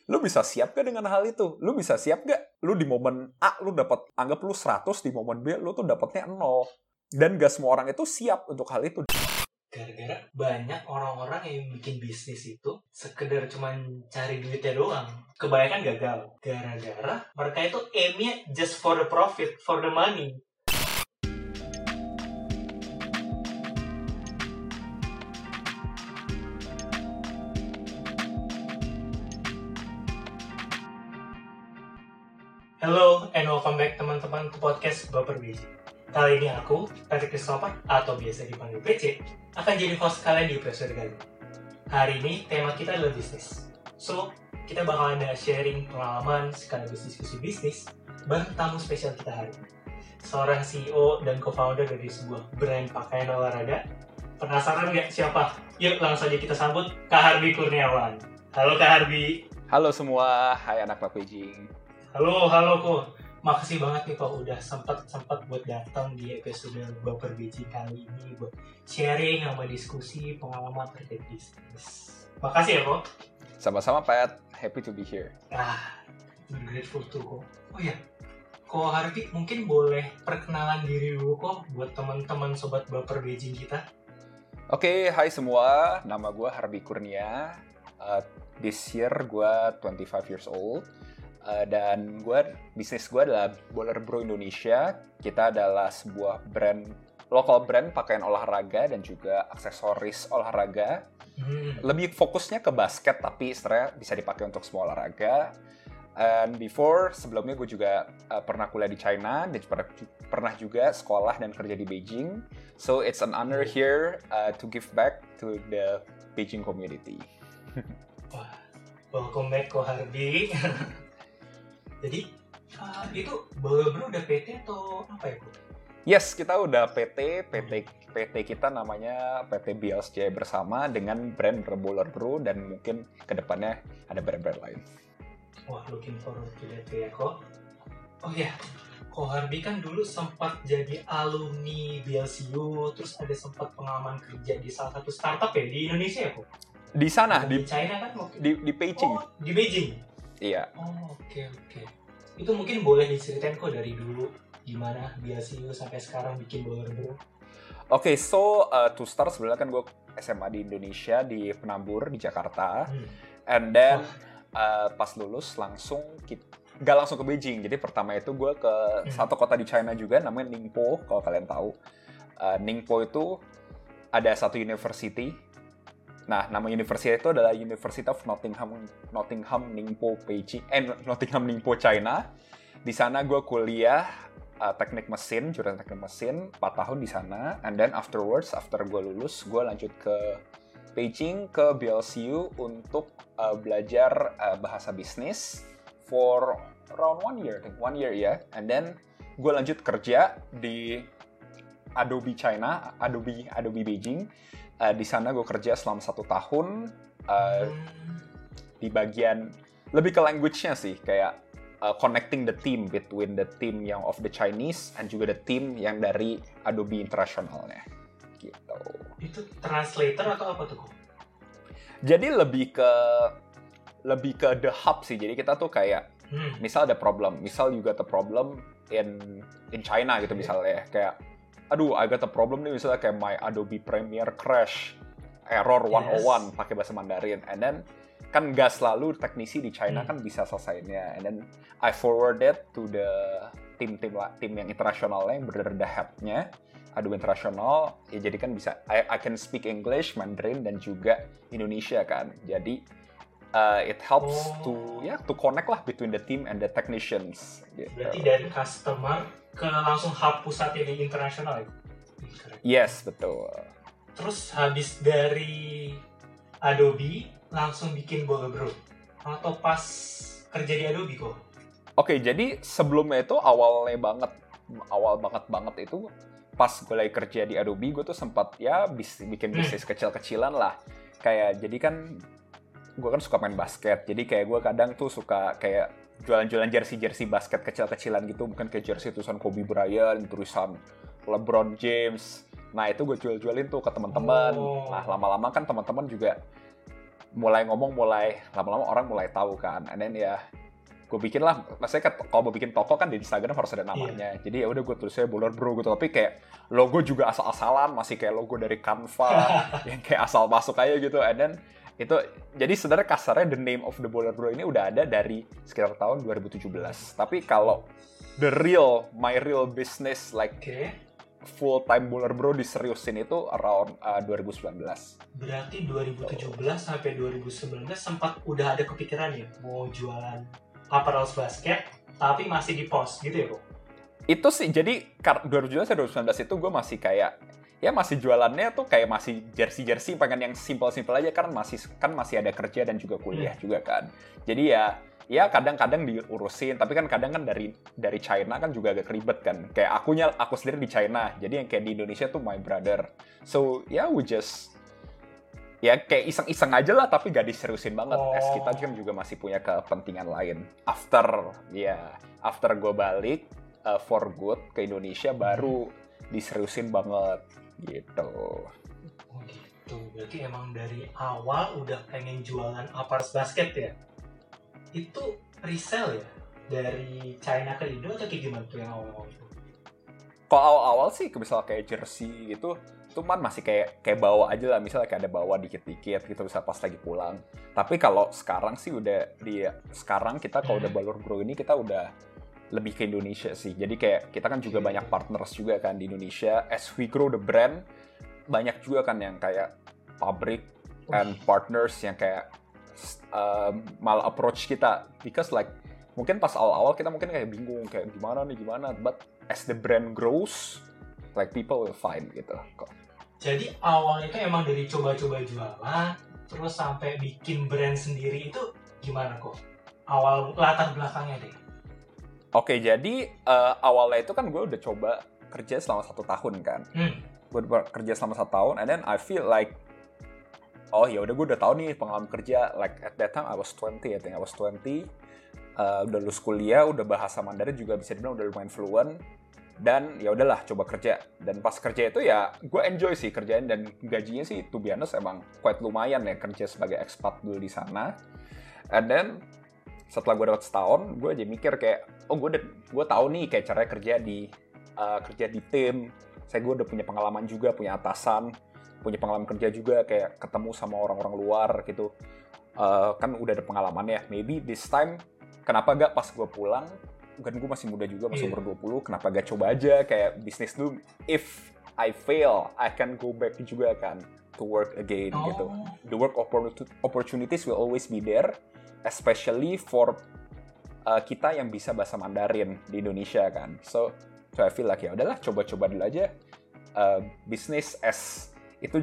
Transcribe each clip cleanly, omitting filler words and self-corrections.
Lu bisa siap gak dengan hal itu? Lu bisa siap gak? Lu di momen A, lu dapat, anggap lu 100, di momen B, lu tuh dapatnya 0. Dan gak semua orang itu siap untuk hal itu. Gara-gara banyak orang-orang yang bikin bisnis itu sekedar cuma cari duitnya doang. Kebanyakan gagal. Gara-gara mereka itu aimnya just for the profit, for the money. Hello and welcome back teman-teman ke podcast Baper Biji. Kali ini aku, Patrick Christopher atau biasa dipanggil PC, akan jadi host kalian di episode kali ini. Hari ini tema kita adalah bisnis. So, kita bakal ada sharing pengalaman sekaligus diskusi bisnis bareng tamu spesial kita hari ini. Seorang CEO dan co-founder dari sebuah brand pakaian olahraga. Penasaran nggak siapa? Yuk langsung aja kita sambut Kak Harbi Kurniawan. Halo Kak Harbi. Halo semua, hai anak packaging. Halo Ko. Makasih banget nih Ko udah sempat buat datang di episode Baper Biji kali ini buat sharing sama diskusi pengalaman terkait bisnis. Makasih ya Ko. Sama-sama Pat, happy to be here. I'm grateful too Ko. Oh ya, Ko Harbi mungkin boleh perkenalan diri dulu Ko buat teman-teman sobat Baper Biji kita. Oke, hai semua, nama gue Harbi Kurnia. This year gue 25 years old. Dan bisnis gue adalah Bowler Bro Indonesia. Kita adalah sebuah local brand pakaian olahraga dan juga aksesoris olahraga. Lebih fokusnya ke basket, tapi sebenarnya bisa dipakai untuk semua olahraga. And sebelumnya gue juga pernah kuliah di China dan pernah juga sekolah dan kerja di Beijing. So it's an honor here to give back to the Beijing community. Wah, welcome back Ko Harbi. Jadi, itu Bowler Bro udah PT atau apa ya, Ko? Yes, kita udah PT kita namanya PT BLSJ bersama dengan brand Bowler Bro dan mungkin kedepannya ada brand-brand lain. Wah, looking forward to that ya, Ko. Oh ya, Ko Harbi kan dulu sempat jadi alumni BLCU, terus ada sempat pengalaman kerja di salah satu startup ya di Indonesia ya, Ko? Di sana, di China kan mungkin? Di Beijing. Oh, di Beijing? Iya. Oh, oke. Itu mungkin boleh diceritain kok dari dulu gimana BLCU sampai sekarang bikin Bowler Bro. Oke, so to start sebenarnya kan gue SMA di Indonesia di Penambur di Jakarta. And then pas lulus nggak langsung ke Beijing. Jadi pertama itu gue ke satu kota di China juga namanya Ningpo, kalau kalian tahu. Ningpo itu ada satu university. Nah, nama universitas itu adalah University of Nottingham Ningpo Ningpo China. Di sana gue kuliah teknik mesin, jurusan teknik mesin, 4 tahun di sana. And then after gue lulus, gue lanjut ke Beijing, ke BLCU untuk belajar bahasa bisnis for around 1 year ya. And then gue lanjut kerja di Adobe China, Adobe Beijing. Di sana gue kerja selama 1 tahun di bagian lebih ke language-nya sih, kayak connecting the team between the team yang of the Chinese and juga the team yang dari Adobe internasionalnya gitu. Itu translator atau apa tuh? Jadi lebih ke the hub sih. Jadi kita tuh kayak misal ada problem, misal you got a problem in China gitu misalnya, kayak aduh, I got a problem nih, misalnya kayak my Adobe Premiere crash, error 101 pakai bahasa Mandarin, and then kan nggak selalu teknisi di China kan bisa selesainya, and then I forwarded to the tim yang internasionalnya yang benar-benar the head-nya Adobe internasional, ya jadi kan bisa I can speak English, Mandarin dan juga Indonesia kan, jadi it helps to connect lah between the team and the technicians. Gitu. Berarti dari customer ke langsung hub pusatnya di internasional ya? Yes, betul. Terus habis dari Adobe langsung bikin Bowler Bro? Atau pas kerja di Adobe kok? Oke, jadi sebelumnya itu awal banget itu pas gue lagi kerja di Adobe, gue tuh sempat bikin bisnis kecil-kecilan lah. Kayak jadi kan gue kan suka main basket, jadi kayak gue kadang tuh suka kayak jualan-jualan jersey basket kecil-kecilan gitu, bukan kayak jersey tulisan Kobe Bryant, tulisan LeBron James. Nah itu gue jual-jualin tuh ke teman-teman. Nah lama-lama kan teman-teman juga mulai ngomong, mulai lama-lama orang mulai tahu kan. And then ya gue bikin lah, maksudnya kalau mau bikin toko kan di Instagram harus ada namanya. Jadi ya udah gue tulisnya Boler Bro gitu. Tapi kayak logo juga asal-asalan, masih kayak logo dari Canva yang kayak asal masuk aja gitu. And then itu jadi sebenarnya kasarnya the name of the Boler Bro ini udah ada dari sekitar tahun 2017. Tapi kalau my real business like full time Boler Bro diseriusin itu around 2019. Berarti 2017 sampai 2019 sempat udah ada kepikiran ya mau jualan apparel basket tapi masih di pos gitu ya, Bro? Itu sih, jadi 2017 sampai 2019 itu gue masih kayak ya masih jualannya tuh kayak masih jersey pengen yang simple aja kan masih ada kerja dan juga kuliah juga kan. Jadi ya kadang-kadang diurusin, tapi kan kadang kan dari China kan juga agak ribet kan. Kayak aku sendiri di China, jadi yang kayak di Indonesia tuh my brother. So we just ya kayak iseng-iseng aja lah, tapi gak diseriusin banget. As kita kan juga masih punya kepentingan lain. After gue balik for good ke Indonesia baru diseriusin banget gitu. Oh gitu, berarti emang dari awal udah pengen jualan apparel basket ya? Itu resell ya? Dari China ke Indo atau kayak gimana tuh yang awal-awal? Kalau awal-awal sih, misalnya kayak jersey gitu, cuman masih kayak bawa aja lah, misalnya kayak ada bawa dikit-dikit gitu, bisa pas lagi pulang. Tapi kalau sekarang sih sekarang kita kalau udah Boler Bro ini, kita udah lebih ke Indonesia sih. Jadi kayak kita kan juga banyak partners juga kan di Indonesia. As we grow the brand, banyak juga kan yang kayak pabrik and partners yang kayak malah approach kita, because like mungkin pas awal-awal kita mungkin kayak bingung kayak gimana, but as the brand grows, like people will find gitu kok. Jadi awal itu emang dari coba-coba jualan, terus sampai bikin brand sendiri itu gimana kok? Awal latar belakangnya deh. Oke, jadi awalnya itu kan gue udah coba kerja selama 1 tahun kan. Gue udah kerja selama 1 tahun, and then I feel like ya udah gue udah tahu nih pengalaman kerja. Like at that time I was 20, udah lulus kuliah, udah bahasa Mandarin juga bisa dibilang udah lumayan fluent, dan ya udahlah coba kerja. Dan pas kerja itu ya gue enjoy sih kerjaan, dan gajinya sih to be honest emang quite lumayan ya kerja sebagai expat dulu di sana. And then setelah gue dapat setahun, gue aja mikir kayak gue tahu nih kayak caranya kerja di tim. Gue udah punya pengalaman juga, punya atasan, punya pengalaman kerja juga, kayak ketemu sama orang-orang luar gitu. Kan udah ada pengalaman ya. Maybe this time, kenapa gak pas gue pulang, kan gue masih muda juga, masih umur 20, kenapa gak coba aja kayak bisnis dulu. If I fail, I can go back juga kan to work again gitu. The work opportunities will always be there, especially for kita yang bisa bahasa Mandarin di Indonesia kan. So I feel like ya udahlah coba-coba dulu aja. Bisnis itu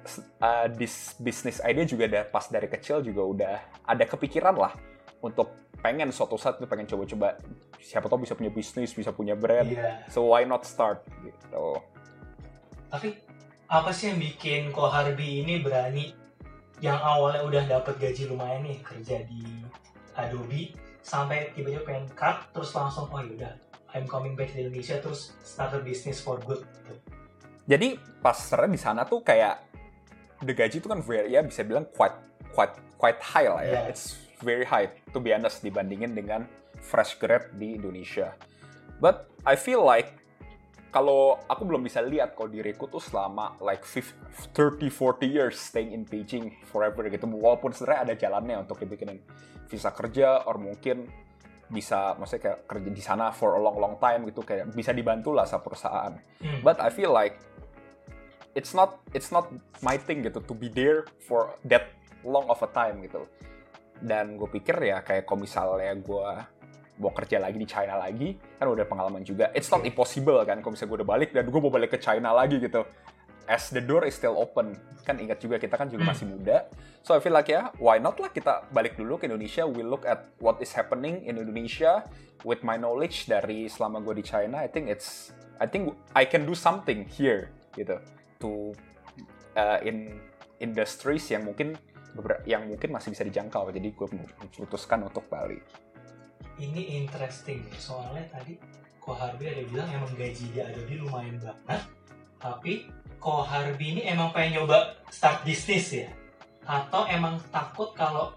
bisnis idea juga pas dari kecil juga udah ada kepikiran lah untuk pengen suatu saat tuh pengen coba-coba, siapa tahu bisa punya bisnis, bisa punya brand. So why not start gitu. Tapi apa sih yang bikin Ko Harbi ini berani yang awalnya udah dapat gaji lumayan nih kerja di Adobe sampai tiba-tiba pengen cut terus langsung yaudah I'm coming back to Indonesia terus start a business for good gitu. Jadi pas di sana tuh kayak the gaji itu kan very, ya bisa bilang quite high lah ya. It's very high to be honest dibandingin dengan fresh grad di Indonesia. But I feel like kalau aku belum bisa lihat kalau diriku tuh selama like 30-40 years staying in Beijing forever gitu. Walaupun sebenarnya ada jalannya untuk dibikinin visa kerja, or mungkin bisa maksudnya kayak kerja di sana for a long time gitu, kayak bisa dibantu lah sama perusahaan. But I feel like it's not my thing gitu to be there for that long of a time gitu. Dan gue pikir ya kayak kalau misalnya gue mau kerja lagi di China lagi, kan udah pengalaman juga. It's not impossible kan kalau misalnya gue udah balik dan gue mau balik ke China lagi gitu. As the door is still open. Kan ingat juga kita kan juga masih muda. So I feel like why not lah kita balik dulu ke Indonesia. We look at what is happening in Indonesia. With my knowledge dari selama gue di China, I think I can do something here gitu. To in industries yang mungkin masih bisa dijangkau. Jadi gue memutuskan untuk balik. Ini interesting soalnya tadi Ko Harbi ada bilang emang gaji di Adobe lumayan banget, tapi Ko Harbi ini emang pengen nyoba start bisnis ya. atau emang takut kalau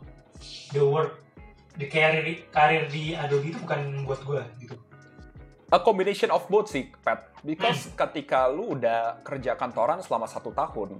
the career di Adobe itu bukan buat gue gitu? A combination of both sih, Pat. Because ketika lu udah kerja kantoran selama 1 tahun,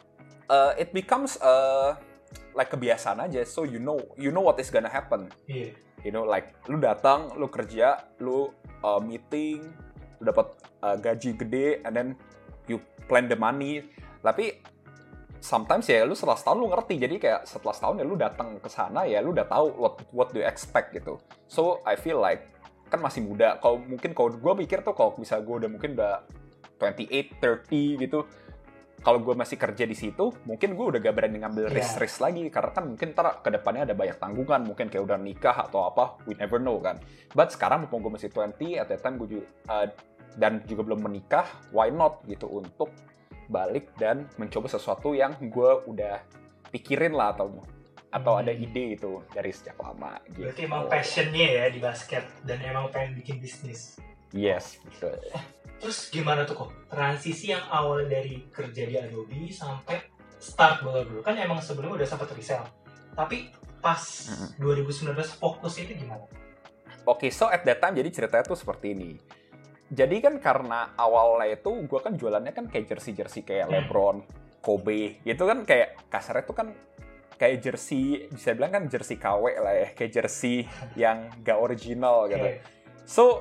it becomes like kebiasaan aja. So you know what is gonna happen. Iya. You know, like lu datang, lu kerja, lu meeting, lu dapat gaji gede, and then you plan the money. Tapi sometimes ya lu setelah setahun lu ngerti. Jadi kayak setelah setahun ya lu datang ke sana ya lu udah tahu what do you expect gitu. So I feel like kan masih muda. Kalau gue mikir tuh kalau bisa gue udah 28, 30 gitu. Kalau gue masih kerja di situ, mungkin gue udah gak berani ngambil risk lagi. Karena kan mungkin ntar ke depannya ada banyak tanggungan. Mungkin kayak udah nikah atau apa, we never know kan. But sekarang mumpung gue masih 20, at that time gue juga, dan juga belum menikah, why not gitu untuk balik dan mencoba sesuatu yang gue udah pikirin lah atau ada ide itu dari sejak lama gitu. Berarti emang passionnya ya di basket dan emang pengen bikin bisnis. Yes, betul. Terus gimana tuh kok transisi yang awal dari kerja di Adobe sampai start Bola Bro? Kan emang sebelumnya udah sempat resell. Tapi pas 2019 fokusnya itu gimana? Oke, so at that time jadi ceritanya tuh seperti ini. Jadi kan karena awalnya itu gue kan jualannya kan kayak jersey kayak LeBron, Kobe, gitu kan kayak kasarnya tuh kan kayak jersey, bisa bilang kan jersey KW lah ya, kayak jersey yang gak original gitu. So,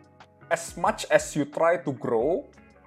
as much as you try to grow,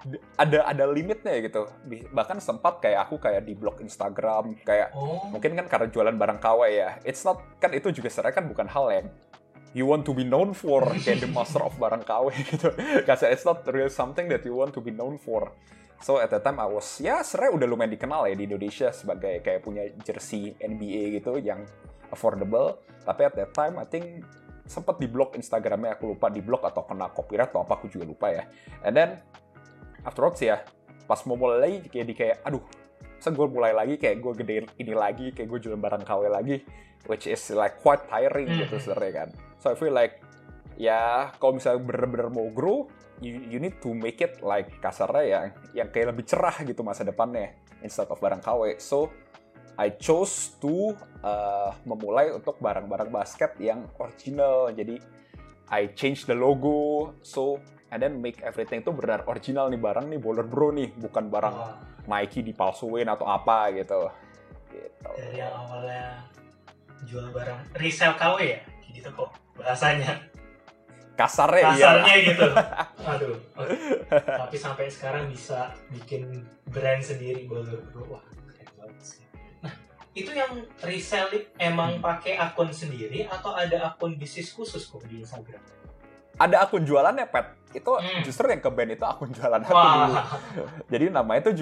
ada limitnya gitu. Bahkan sempat kayak aku kayak di blog Instagram, kayak mungkin kan karena jualan barang KW ya, it's not, kan itu juga sebenarnya kan bukan hal yang you want to be known for, kayak the master of barang KW gitu. Karena it's not really something that you want to be known for. So at that time I was, ya sebenarnya udah lumayan dikenal ya di Indonesia sebagai kayak punya jersey NBA gitu yang affordable. Tapi at that time I think sempat di blog Instagramnya, aku lupa di blog atau kena copyright atau apa, aku juga lupa ya. And then afterwards ya, pas mau mulai lagi kayak aduh, masa gue mulai lagi kayak gue gedein ini lagi, kayak gue jualan barang KW lagi, which is like quite tiring gitu sebenarnya kan. So I feel like ya kalau misalnya bener-bener mau grow, you need to make it like kasarnya yang kayak lebih cerah gitu masa depannya instead of barang KW. So I chose to memulai untuk barang-barang basket yang original. Jadi I change the logo, so and then make everything itu benar original nih, barang nih Bola Bro nih, bukan barang Nike dipalsuin atau apa gitu. Dari yang awalnya jual barang resell KW ya, gitu kok bahasanya. Kasarnya gitu. Aduh. Tapi sampai sekarang bisa bikin brand sendiri Bola Bro. Wah, keren banget sih. Nah, itu yang resell emang pakai akun sendiri atau ada akun bisnis khusus kok di Instagram? Ada akun jualannya, Pat. Itu justru yang ke band itu akun jualan aku dulu. Jadi namanya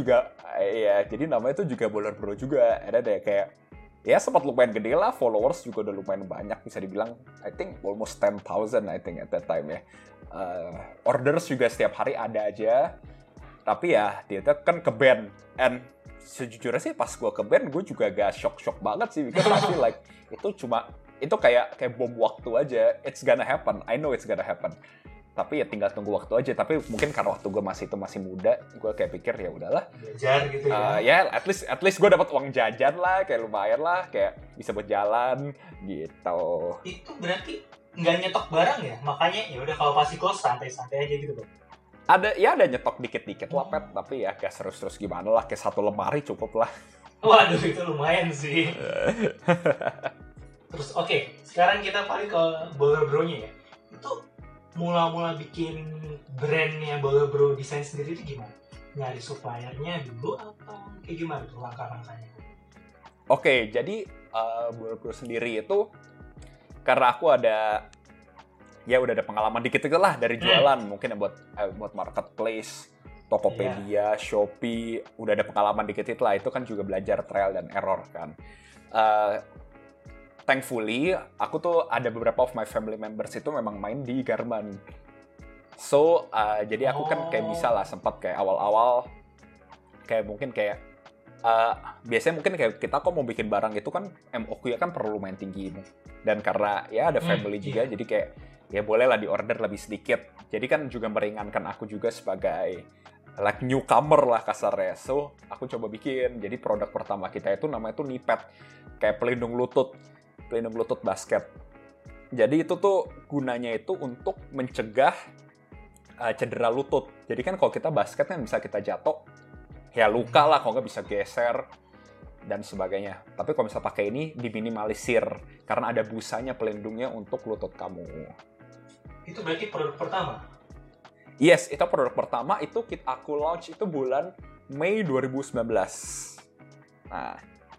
itu juga Bola Bro juga. Ada kayak ya sempat lumayan gede lah, followers juga udah lumayan banyak, bisa dibilang I think almost 10,000 I think at that time ya. Orders juga setiap hari ada aja. Tapi ya dia kan ke band, and sejujurnya sih pas gue ke band gue juga agak shock banget sih, because I feel like itu kayak bom waktu aja. It's gonna happen, I know it's gonna happen. Tapi ya tinggal tunggu waktu aja. Tapi mungkin karena waktu gue masih muda, gue kayak pikir ya udahlah. Belajar gitu ya. Ya at least gue dapat uang jajan lah, kayak lumayan lah, kayak bisa buat jalan gitu. Itu berarti nggak nyetok barang ya? Makanya ya udah kalau pasti close santai-santai aja gitu, Bang. Ada nyetok dikit-dikit lah, Pet, tapi ya gak terus gimana lah, kayak 1 lemari cukup lah. Waduh, itu lumayan sih. Terus oke, sekarang kita balik ke Bola Bro-nya ya. Itu mula-mula bikin brandnya Bola Bro desain sendiri itu gimana? Nyari suppliernya dulu atau kayak gimana tuh langkah-langkahnya? Oke, jadi Bola Bro sendiri itu karena aku udah ada pengalaman dikit lah dari jualan, mungkin buat marketplace, Tokopedia, Shopee, udah ada pengalaman dikit lah. Itu kan juga belajar trial dan error kan. Thankfully, aku tuh ada beberapa of my family members itu memang main di garment. So, jadi aku kan kayak bisa lah sempat kayak awal-awal kayak mungkin kayak biasanya mungkin kayak kita kok mau bikin barang itu kan MOQ ya kan perlu lumayan tinggi. Dan karena ya ada family juga, jadi kayak ya boleh lah di order lebih sedikit. Jadi kan juga meringankan aku juga sebagai like newcomer lah kasarnya. So, aku coba bikin. Jadi produk pertama kita itu namanya tuh knee pad. Kayak pelindung lutut basket. Jadi itu tuh gunanya itu untuk mencegah cedera lutut. Jadi kan kalau kita basket kan bisa kita jatuh, ya luka lah, kalau nggak bisa geser dan sebagainya. Tapi kalau misalnya pakai ini diminimalisir karena ada busanya pelindungnya untuk lutut kamu. Itu berarti produk pertama? Yes, itu produk pertama. Itu aku launch itu bulan Mei 2019. Nah,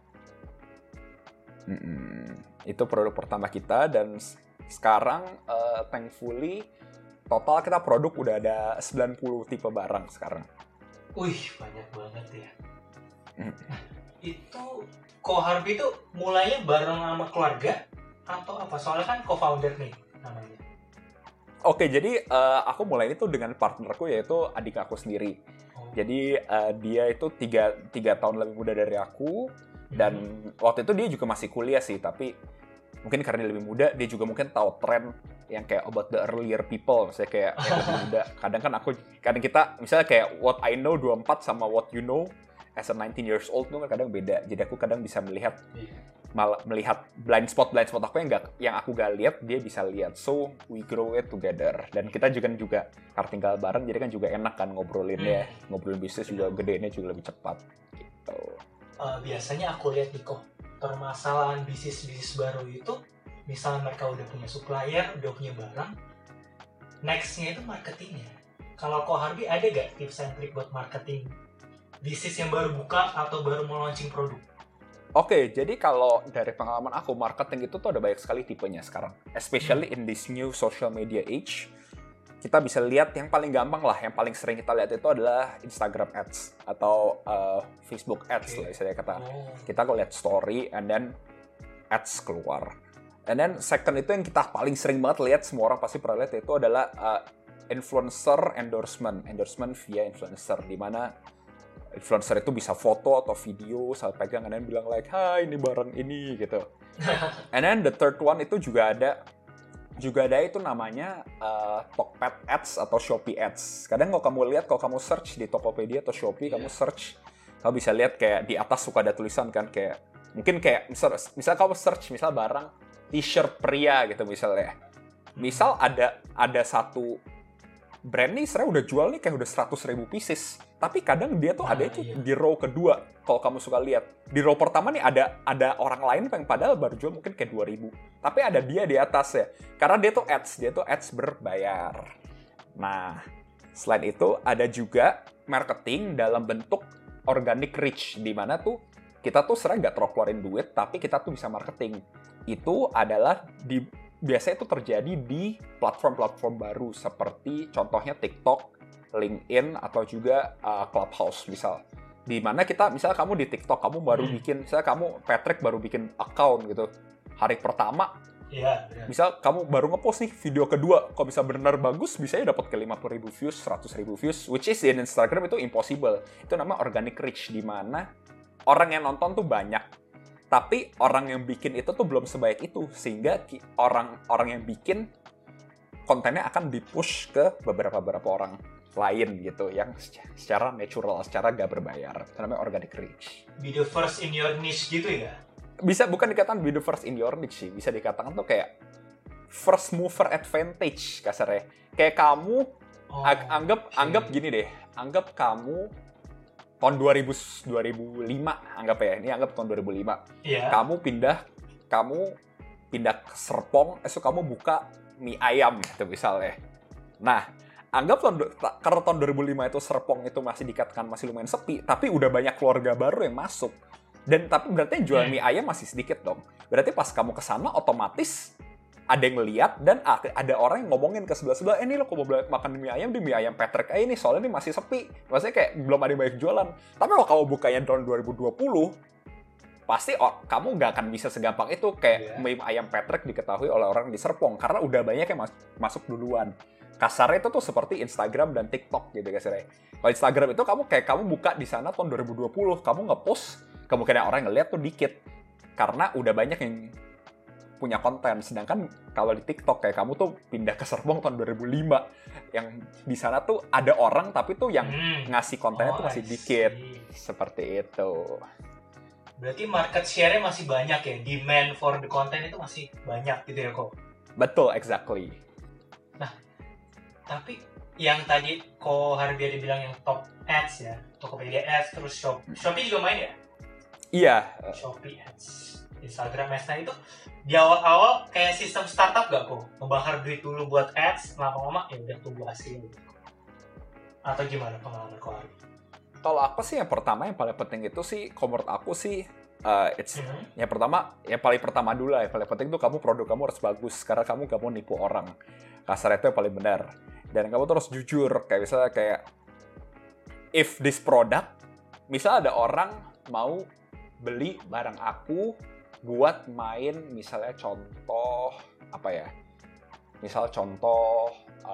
itu produk pertama kita dan sekarang thankfully total kita produk udah ada 90 tipe barang sekarang. Wih, banyak banget ya. Nah, itu Koharbi itu mulainya bareng sama keluarga atau apa? Soalnya kan co-founder nih namanya. Oke, jadi aku mulai itu dengan partnerku yaitu adik aku sendiri. Jadi dia itu 3 tahun lebih muda dari aku dan waktu itu dia juga masih kuliah sih, tapi mungkin karena dia lebih muda, dia juga mungkin tahu tren yang kayak about the earlier people, misalnya kayak yang lebih muda. Kadang kita misalnya kayak what I know 24 sama what you know as a 19 years old tuh kadang beda. Jadi aku kadang bisa melihat blind spot aku yang aku gak lihat, dia bisa lihat. So we grow it together. Dan kita juga tinggal bareng, jadi kan juga enak kan ngobrolinnya. Ngobrolin bisnis juga gedenya juga lebih cepat gitu. Biasanya aku lihat nih kok permasalahan bisnis baru itu, misalnya mereka udah punya supplier, udah punya barang, next-nya itu marketingnya. Kalau Koharbi ada gak tips and trick buat marketing bisnis yang baru buka atau baru mau launching produk? Oke, jadi kalau dari pengalaman aku, marketing itu tuh ada banyak sekali tipenya sekarang. Especially in this new social media age. Kita bisa lihat yang paling gampang lah, yang paling sering kita lihat itu adalah Instagram Ads atau Facebook Ads lah istilahnya kata. Kita kalau lihat story and then ads keluar. And then second itu yang kita paling sering banget lihat, semua orang pasti pernah lihat, itu adalah influencer endorsement via influencer, di mana influencer itu bisa foto atau video saat pegang and then bilang like, "Hai, ini barang ini," gitu. And then the third one itu juga ada itu namanya Tokped Ads atau Shopee Ads. Kadang kalau kamu lihat, kalau kamu search di Tokopedia atau Shopee, kamu search, kamu bisa lihat kayak di atas suka ada tulisan kan, kayak mungkin kayak misal kamu search misal barang t-shirt pria gitu misalnya. Misal ada satu brand nih sebenarnya udah jual nih kayak udah 100.000 pieces. Tapi kadang dia tuh ada itu di row kedua, kalau kamu suka lihat. Di row pertama nih ada orang lain yang padahal baru jual mungkin kayak 2.000. Tapi ada dia di atas ya. Karena dia tuh ads berbayar. Nah, selain itu ada juga marketing dalam bentuk organic reach, di mana tuh kita tuh sering nggak terlalu keluarin duit, tapi kita tuh bisa marketing. Itu adalah biasanya itu terjadi di platform-platform baru seperti contohnya TikTok, LinkedIn, atau juga Clubhouse misal. Di mana misalnya kamu di TikTok, kamu baru bikin, misalnya Patrick baru bikin account gitu. Hari pertama, misal kamu baru ngepost nih video kedua, kalau bisa benar bagus, bisanya dapat ke 50.000 views, 100.000 views, which is in Instagram itu impossible. Itu namanya organic reach, di mana orang yang nonton tuh banyak, tapi orang yang bikin itu tuh belum sebaik itu, sehingga orang yang bikin kontennya akan di-push ke beberapa orang lain gitu, yang secara natural, secara gak berbayar. Itu namanya organic reach. Be the first in your niche gitu ya? Bisa, bukan dikatakan be the first in your niche sih, bisa dikatakan tuh kayak first mover advantage kasarnya. Kayak kamu, anggap gini deh, anggap kamu tahun 2005, anggap ya, ini anggap tahun 2005. Kamu pindah ke Serpong, kamu buka mie ayam gitu misalnya. Nah, anggap karena tahun 2005 itu Serpong itu masih dikatakan masih lumayan sepi, tapi udah banyak keluarga baru yang masuk. Tapi berarti jual mie ayam masih sedikit dong. Berarti pas kamu kesana otomatis ada yang ngeliat dan ada orang yang ngomongin ke sebelah-sebelah, ini lo kalau mau makan mie ayam, di mie ayam Patrick ini soalnya ini masih sepi. Maksudnya kayak belum ada yang banyak jualan. Tapi kalau kamu bukanya tahun 2020, pasti kamu nggak akan bisa segampang itu kayak mie ayam Patrick diketahui oleh orang di Serpong, karena udah banyak yang masuk duluan. Kasarnya itu tuh seperti Instagram dan TikTok gitu kasarnya. Kalau Instagram itu kamu buka di sana tahun 2020, kamu nge-post, kemungkinan orang ngeliat tuh dikit. Karena udah banyak yang punya konten. Sedangkan kalau di TikTok kayak kamu tuh pindah ke Serpong tahun 2005 yang di sana tuh ada orang tapi tuh yang ngasih kontennya tuh masih dikit. Seperti itu. Berarti market share-nya masih banyak ya, demand for the content itu masih banyak gitu ya kok? Betul, exactly. Nah, tapi yang tadi kok Harbiadi bilang yang top ads ya, Tokopedia ads, terus Shopee juga main ya? Iya. Shopee ads, Instagram ads, nah itu di awal-awal kayak sistem startup gak kok? Ngebakar duit dulu buat ads, lama-lama ya udah tunggu hasil gitu. Atau gimana pengalaman kok Harbi? Kalau aku sih yang pertama yang paling penting itu sih, menurut aku sih, yang pertama, yang paling pertama dulu lah, yang paling penting tuh produk kamu harus bagus, karena kamu gak mau nipu orang. Kasar itu yang paling benar. Dan kamu terus jujur, kayak misalnya kayak, if this product, misalnya ada orang mau beli barang aku buat main, misalnya contoh, apa ya, misal contoh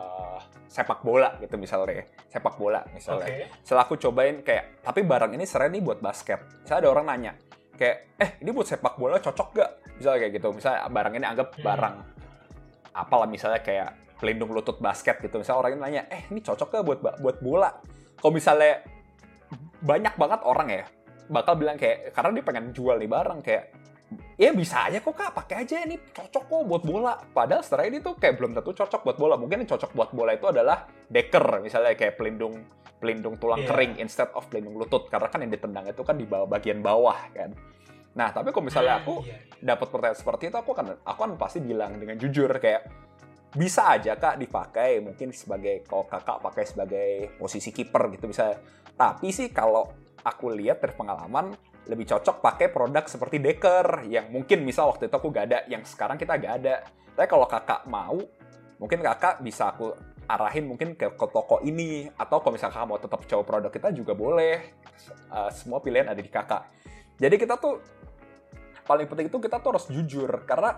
sepak bola gitu misalnya, sepak bola misalnya. Okay. Setelah aku cobain kayak, tapi barang ini sebenarnya buat basket. Misalnya ada orang nanya, kayak, ini buat sepak bola cocok gak? Misalnya kayak gitu. Misalnya barang ini anggap barang apalah, misalnya kayak pelindung lutut basket gitu. Misalnya orang ini nanya, ini cocok gak buat bola? Kalau misalnya banyak banget orang ya bakal bilang kayak, karena dia pengen jual nih barang kayak, ya bisa aja kok kak, pakai aja, ini cocok kok buat bola. Padahal setelah ini tuh kayak belum tentu cocok buat bola. Mungkin yang cocok buat bola itu adalah decker, misalnya kayak pelindung tulang kering instead of pelindung lutut. Karena kan yang ditendang itu kan di bawah, bagian bawah kan. Nah, tapi kalau misalnya aku dapat pertanyaan seperti itu, aku kan pasti bilang dengan jujur kayak, bisa aja kak dipakai, mungkin sebagai, kalau kakak pakai sebagai posisi kiper gitu misalnya. Tapi sih kalau aku lihat dari pengalaman, lebih cocok pakai produk seperti Decker yang mungkin misal waktu itu aku gak ada, yang sekarang kita gak ada. Tapi kalau kakak mau, mungkin kakak bisa aku arahin mungkin ke toko ini, atau kalau misalnya kakak mau tetap coba produk kita juga boleh. Semua pilihan ada di kakak. Jadi kita tuh paling penting itu kita tuh harus jujur, karena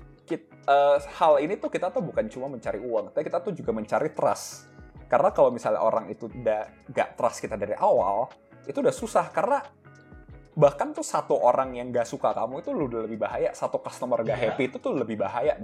hal ini tuh kita tuh bukan cuma mencari uang, tapi kita tuh juga mencari trust. Karena kalau misalnya orang itu udah gak trust kita dari awal, itu udah susah, karena bahkan tuh satu orang yang gak suka kamu itu udah lebih bahaya. Satu customer gak happy itu tuh lebih bahaya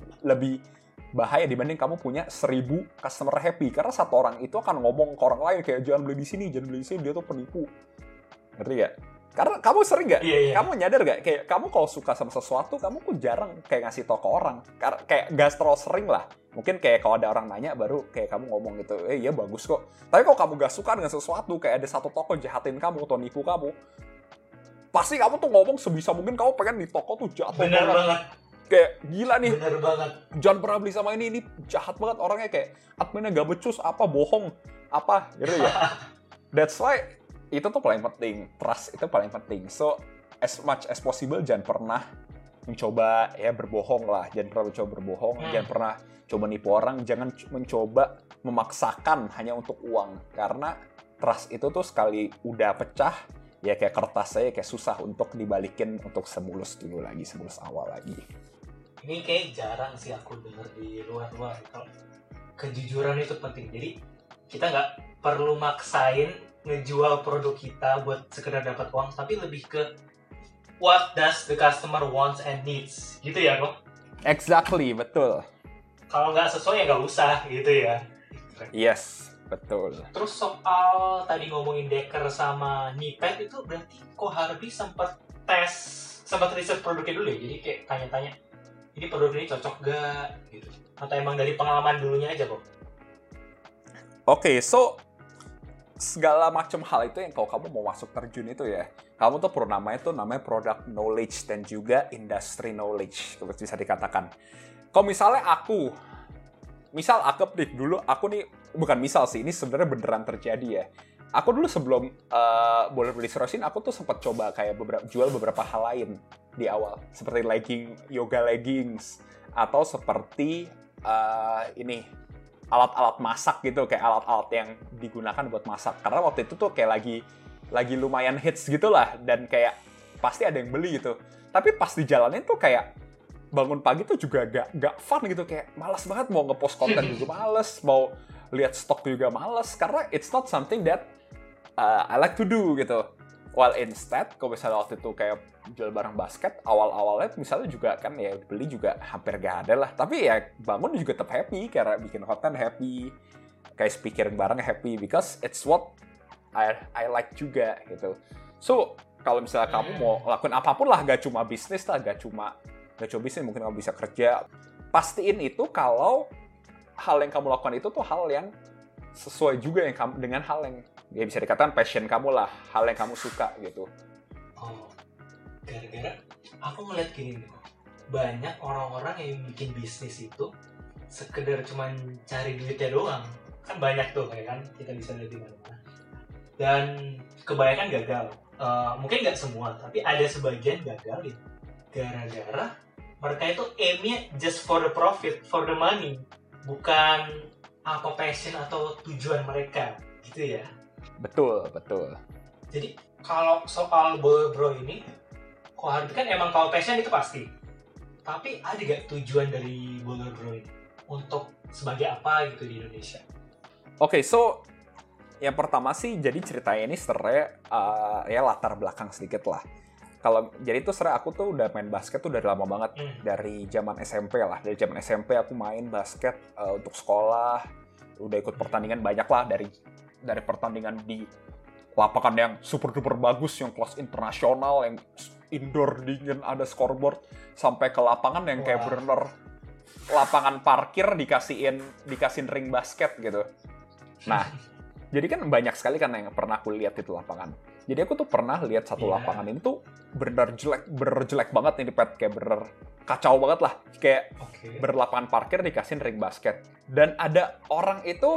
dibanding kamu punya 1000 customer happy. Karena satu orang itu akan ngomong ke orang lain kayak, jangan beli di sini, dia tuh penipu. Ngerti gak? Karena kamu sering gak? Kamu nyadar gak? Kayak kamu kalau suka sama sesuatu, kamu kok jarang kayak ngasih tau ke orang. Kayak gak terlalu sering lah. Mungkin kayak kalau ada orang nanya, baru kayak kamu ngomong gitu, iya bagus kok. Tapi kalau kamu gak suka dengan sesuatu, kayak ada satu toko jahatin kamu atau nipu kamu, pasti kamu tuh ngomong sebisa mungkin kamu pengen di toko tuh jatuh. Bener banget. Kayak gila nih. Bener banget. Jangan pernah beli sama ini jahat banget orangnya, kayak adminnya gak becus, apa bohong, apa gitu ya. That's why itu tuh paling penting, trust itu paling penting. So as much as possible jangan pernah mencoba ya berbohong lah, jangan pernah mencoba berbohong, jangan pernah coba nipu orang, jangan mencoba memaksakan hanya untuk uang, karena trust itu tuh sekali udah pecah ya kayak kertas saya, kayak susah untuk dibalikin untuk semulus awal lagi. Ini kayak jarang sih aku denger di luar-luar, kalau kejujuran itu penting. Jadi kita nggak perlu maksain ngejual produk kita buat sekedar dapat uang, tapi lebih ke what does the customer wants and needs, gitu ya kok? Exactly, betul. Kalau nggak sesuai ya nggak usah, gitu ya. Yes, betul. Terus soal tadi ngomongin Decker sama Nipet, itu berarti kok Harbi sempat riset produknya dulu ya? Jadi kayak tanya-tanya, ini produk ini cocok gak? Gitu. Atau emang dari pengalaman dulunya aja kok? Oke, so segala macam hal itu yang kalau kamu mau masuk terjun itu ya, kamu tuh perlu namanya product knowledge dan juga industry knowledge, bisa dikatakan. Kalau misalnya aku dulu, aku nih, bukan misal sih, ini sebenarnya beneran terjadi ya. Aku dulu sebelum boleh beli Srosin, aku tuh sempat coba kayak jual beberapa hal lain di awal. Seperti yoga leggings, atau seperti alat-alat masak gitu, kayak alat-alat yang digunakan buat masak. Karena waktu itu tuh kayak lagi lumayan hits gitu lah, dan kayak pasti ada yang beli gitu. Tapi pas di jalanin tuh kayak bangun pagi tuh juga gak fun gitu, kayak malas banget mau ngepost konten juga males, mau lihat stok juga males, karena it's not something that I like to do gitu. While instead, kalau misalnya waktu itu kayak jual barang basket, awal-awalnya misalnya juga kan ya beli juga hampir gak ada lah. Tapi ya bangun juga tetap happy, karena bikin konten happy, kayak speaking barang happy, because it's what I like juga gitu. So, kalau misalnya kamu mau lakuin apapun lah, gak cuma bisnis lah, gak cuma bisnis, mungkin kamu bisa kerja. Pastiin itu kalau hal yang kamu lakukan itu tuh hal yang sesuai juga yang kamu, dengan hal yang ya bisa dikatakan passion kamu lah, hal yang kamu suka gitu. Oh, gara-gara aku ngeliat gini nih, banyak orang-orang yang bikin bisnis itu sekedar cuman cari duitnya doang. Kan banyak tuh kayak kan, kita bisa lihat di mana-mana. Dan kebanyakan gagal. Mungkin nggak semua, tapi ada sebagian gagal ya. Gara-gara mereka itu aimnya just for the profit, for the money, bukan apa passion atau tujuan mereka, gitu ya. Betul. Jadi kalau soal bro ini, kok harus kan emang kalau passion itu pasti. Tapi ada gak tujuan dari bro ini untuk sebagai apa gitu di Indonesia? Oke, so yang pertama sih jadi ceritanya ini sebenarnya ya latar belakang sedikit lah. Jadi itu sebenarnya aku tuh udah main basket tuh dari lama banget, dari zaman SMP lah. Dari zaman SMP aku main basket untuk sekolah, udah ikut pertandingan banyak lah, dari pertandingan di lapangan yang super duper bagus, yang kelas internasional, yang indoor dingin ada scoreboard, sampai ke lapangan yang kayak bener lapangan parkir dikasihin ring basket gitu. Nah, jadi kan banyak sekali kan yang pernah aku lihat itu lapangan. Jadi aku tuh pernah lihat satu lapangan ini tuh bener jelek banget ini Pat, kayak bener kacau banget lah, kayak berlapangan parkir dikasihin ring basket. Dan ada orang itu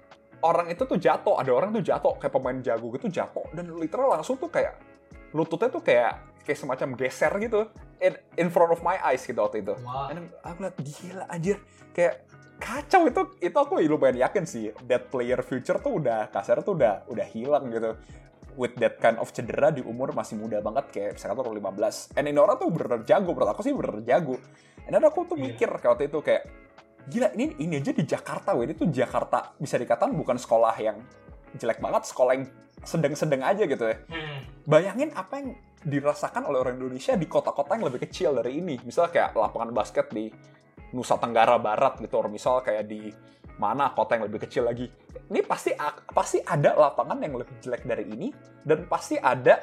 tuh jatuh, kayak pemain jago gitu jatuh, dan literal langsung tuh kayak lututnya tuh kayak semacam geser gitu in front of my eyes gitu waktu itu. Dan aku liat gila anjir, kayak kacau itu aku lumayan yakin sih that player future tuh udah kasar tuh udah hilang gitu. With that kind of cedera di umur masih muda banget, kayak misalkan tuh 15. And ini orang tuh bener jago, menurut aku sih bener jago. And then aku tuh mikir kayak waktu itu kayak, gila ini aja di Jakarta, ini tuh Jakarta bisa dikatakan bukan sekolah yang jelek banget, sekolah yang sedang-sedang aja gitu ya. Bayangin apa yang dirasakan oleh orang Indonesia di kota-kota yang lebih kecil dari ini. Misalnya kayak lapangan basket di Nusa Tenggara Barat gitu, atau misal kayak di mana kota yang lebih kecil lagi. Ini pasti ada lapangan yang lebih jelek dari ini, dan pasti ada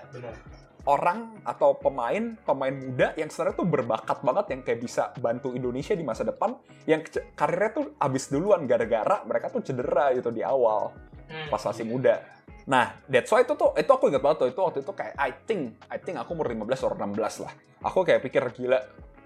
orang atau pemain muda yang sebenarnya tuh berbakat banget, yang kayak bisa bantu Indonesia di masa depan, yang karirnya tuh abis duluan gara-gara mereka tuh cedera gitu di awal pas masih muda. Nah, that's why itu aku ingat banget tuh, itu waktu itu kayak I think aku umur 15 atau 16 lah. Aku kayak pikir gila,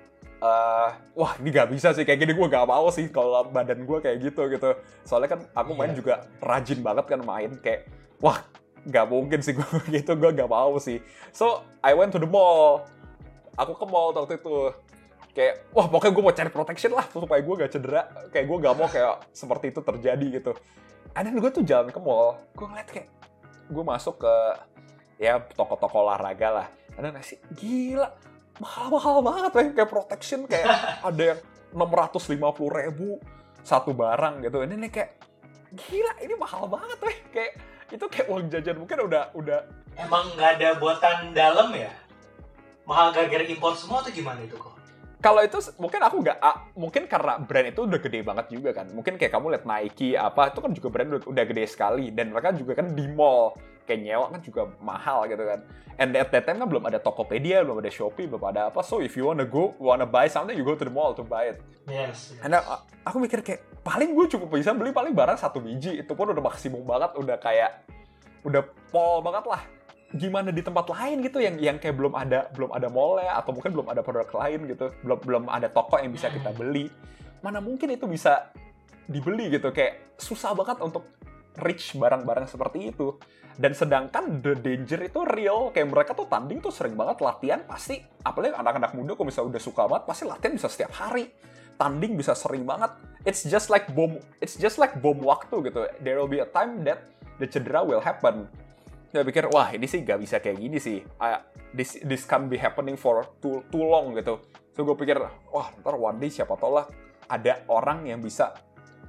wah ini gak bisa sih kayak gini, gue gak mau sih kalau badan gue kayak gitu. Soalnya kan aku main juga rajin banget kan main, kayak wah gak mungkin sih gue gitu, gue gak mau sih. So I went to the mall, aku ke mall waktu itu, kayak wah pokoknya gue mau cari protection lah supaya gue gak cedera, kayak gue gak mau kayak seperti itu terjadi gitu. And then gue tuh jalan ke mall, gue ngeliat kayak gue masuk ke ya toko-toko olahraga lah, ada nasi gila mahal banget kayak protection kayak ada yang 650.000 satu barang gitu. Ini kayak gila, ini mahal banget kayak itu kayak uang jajan mungkin udah emang nggak ada buatan dalam ya, mahal gara-gara impor semua atau gimana itu kok? Kalau itu mungkin aku nggak, mungkin karena brand itu udah gede banget juga kan. Mungkin kayak kamu lihat Nike apa itu kan juga brand udah gede sekali, dan mereka juga kan di mall kayak nyewa kan juga mahal gitu kan. And at that time kan belum ada Tokopedia, belum ada Shopee, belum ada apa. So if you wanna buy something, you go to the mall to buy it. Yes. And aku mikir kayak paling gue cukup bisa beli paling barang 1 biji, itu pun udah maksimum banget, udah pol banget lah. Gimana di tempat lain gitu yang kayak belum ada mall-nya, atau mungkin belum ada produk lain gitu, belum ada toko yang bisa kita beli, mana mungkin itu bisa dibeli gitu, kayak susah banget untuk reach barang-barang seperti itu. Dan sedangkan the danger itu real, kayak mereka tuh tanding tuh sering banget latihan, pasti apalagi anak-anak muda kalau misalnya udah suka banget pasti latihan bisa setiap hari, tanding bisa sering banget. It's just like bom waktu gitu. There will be a time that the cedera will happen. Saya pikir, wah ini sih gak bisa kayak gini sih. This can't be happening for too long gitu. So gue pikir, wah ntar one day siapa tau lah ada orang yang bisa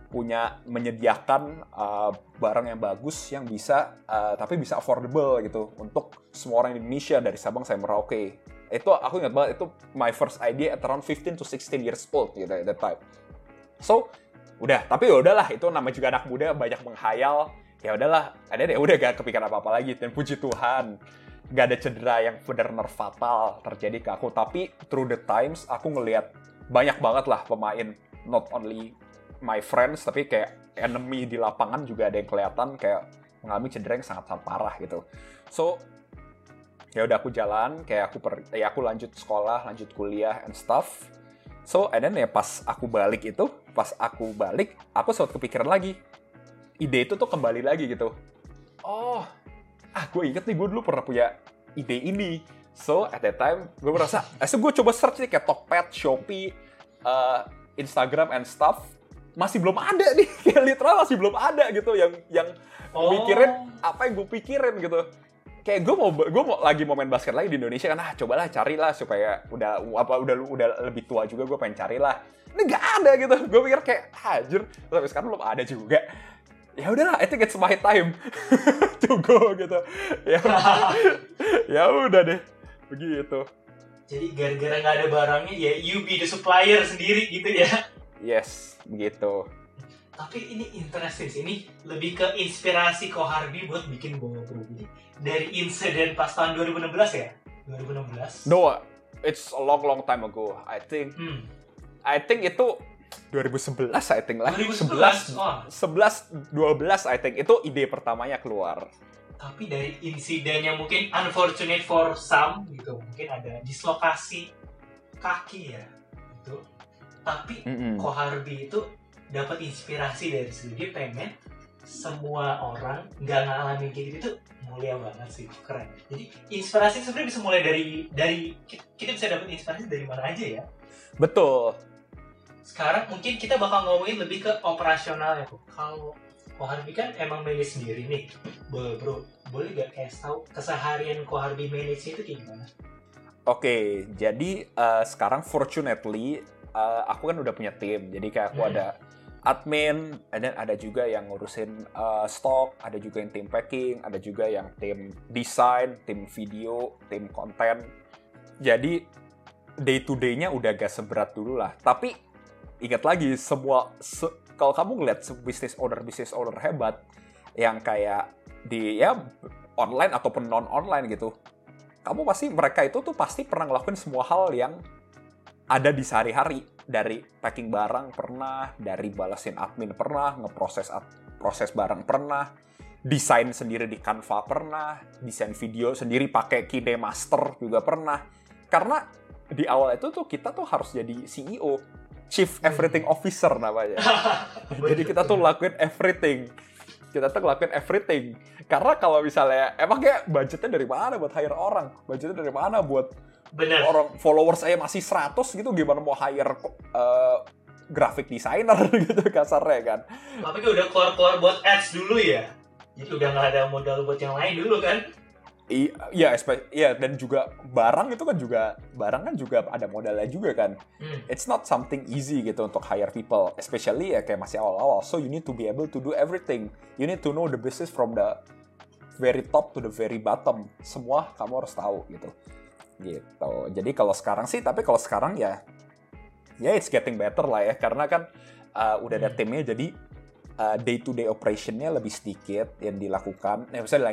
menyediakan barang yang bagus yang bisa tapi bisa affordable gitu untuk semua orang Indonesia dari Sabang sampai Merauke. Itu aku ingat banget, itu my first idea at around 15 to 16 years old gitu at that time. So tapi udahlah, itu namanya juga anak muda, banyak menghayal. Ya udahlah, udah gak kepikiran apa-apa lagi. Dan puji Tuhan gak ada cedera yang benar-benar fatal terjadi ke aku. Tapi through the times aku ngelihat banyak banget lah pemain, not only my friends, tapi kayak enemy di lapangan juga ada yang kelihatan kayak mengalami cedera yang sangat-sangat parah gitu. So, ya udah aku jalan, kayak aku lanjut sekolah, lanjut kuliah and stuff. So, and then ya pas aku balik, aku sempat kepikiran lagi. Ide itu tuh kembali lagi gitu. Gue inget nih, gue dulu pernah punya ide ini. So, at that time, gue merasa, gue coba search nih kayak Tokped, Shopee, Instagram and stuff. Masih belum ada nih, kayak literal masih belum ada gitu yang mikirin apa yang gue pikirin gitu. Kayak gue mau main basket lagi di Indonesia kan, cobalah carilah supaya udah lebih tua juga, gue pengen carilah. Ini nggak ada gitu. Gue pikir kayak hajar, tapi sekarang belum ada juga. Ya udahlah, I think it's my time to go gitu. Ya udah deh, begitu. Jadi gara-gara nggak ada barangnya, ya you be the supplier sendiri gitu ya? Yes, begitu. Tapi ini interesting sih, ini lebih ke inspirasi Ko Harbi buat bikin Bawa Bro ini dari insiden pas tahun 2016 ya? 2016? No, it's a long time ago. I think itu 2011 I think lah. 2011? 12 I think itu ide pertamanya keluar. Tapi dari insiden yang mungkin unfortunate for some gitu, mungkin ada dislokasi kaki ya gitu. Tapi Ko Harbi itu dapat inspirasi dari situ. Dia pengen semua orang nggak ngalamin kayak gitu, itu mulia banget sih, keren. Jadi inspirasi sebenarnya bisa mulai dari kita bisa dapat inspirasi dari mana aja ya. Betul. Sekarang mungkin kita bakal ngomongin lebih ke operasional ya. Kalau Ko Harbi kan emang manage sendiri nih. Bro, boleh gak kayak tahu keseharian Ko Harbi manage itu kayak gimana? Oke, jadi sekarang fortunately aku kan udah punya tim. Jadi kayak aku ada admin, dan ada juga yang ngurusin stok, ada juga yang tim packing, ada juga yang tim desain, tim video, tim konten. Jadi day to day-nya udah gak seberat dulu lah. Tapi ingat lagi, kalau kamu ngeliat business owner hebat yang kayak di online ataupun non online gitu, mereka itu tuh pasti pernah ngelakuin semua hal yang ada di sehari-hari. Dari packing barang pernah, dari balasin admin pernah, proses barang pernah, desain sendiri di Canva pernah, desain video sendiri pakai KineMaster juga pernah. Karena di awal itu tuh kita tuh harus jadi CEO, Chief Everything Officer namanya. Jadi kita tuh ngelakuin everything. Karena kalau misalnya, emang kayak budgetnya dari mana buat hire orang? Budgetnya dari mana buat orang followers saya masih 100 gitu, gimana mau hire graphic designer gitu kasarnya kan. Tapi udah keluar buat ads dulu ya? Jadi udah nggak ada modal buat yang lain dulu kan? Iya, dan juga barang kan juga ada modalnya juga kan. It's not something easy gitu untuk hire people, especially ya kayak masih awal-awal. So you need to be able to do everything. You need to know the business from the very top to the very bottom. Semua kamu harus tahu gitu. Jadi kalau sekarang ya it's getting better lah ya, karena kan udah ada timnya, jadi day to day operationnya lebih sedikit yang dilakukan,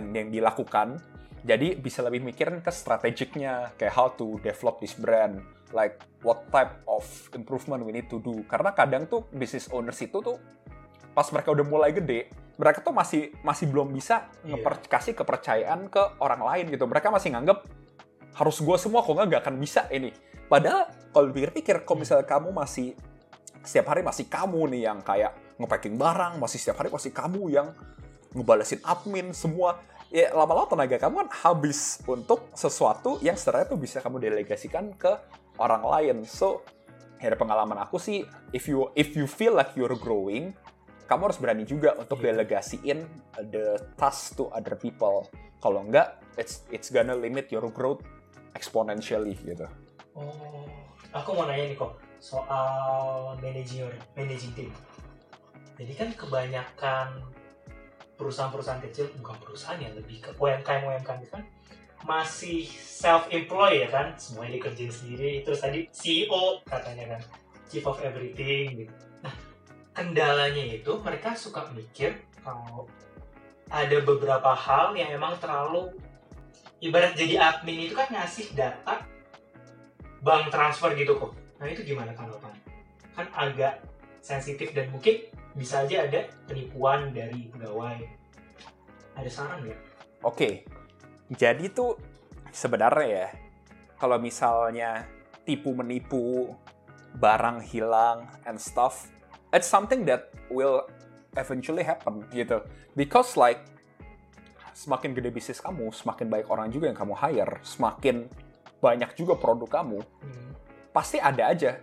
jadi bisa lebih mikirin ke strategiknya, kayak how to develop this brand, like what type of improvement we need to do. Karena kadang tuh business owners itu tuh pas mereka udah mulai gede, mereka tuh masih belum bisa kasih kepercayaan ke orang lain gitu. Mereka masih nganggep harus gue semua, kok nggak akan bisa ini. Padahal kalau dipikir-pikir, kalau misalnya kamu masih setiap hari masih kamu nih yang kayak nge-packing barang, masih setiap hari masih kamu yang ngebalesin admin semua, ya lama-lama tenaga kamu kan habis untuk sesuatu yang sebenarnya tuh bisa kamu delegasikan ke orang lain. So, dari pengalaman aku sih, if you feel like you're growing, kamu harus berani juga untuk delegasiin the task to other people. Kalau enggak, it's gonna limit your growth exponentially gitu. Aku mau nanya nih kok soal managing team. Jadi kan kebanyakan perusahaan-perusahaan kecil, bukan perusahaan ya, lebih ke UMKM itu kan masih self-employed ya kan, semuanya dikerjain sendiri. Terus tadi CEO katanya kan, Chief of Everything gitu. Nah, kendalanya itu mereka suka mikir kalau ada beberapa hal yang emang terlalu, ibarat jadi admin itu kan ngasih data bank transfer gitu kok. Nah itu gimana tanggapannya? Kan agak sensitif dan mungkin bisa aja ada penipuan dari pegawai. Ada saran nggak? Oke, jadi tuh sebenarnya ya, kalau misalnya tipu-menipu, barang hilang and stuff, it's something that will eventually happen gitu. Because like, semakin gede bisnis kamu, semakin banyak orang juga yang kamu hire, semakin banyak juga produk kamu, pasti ada aja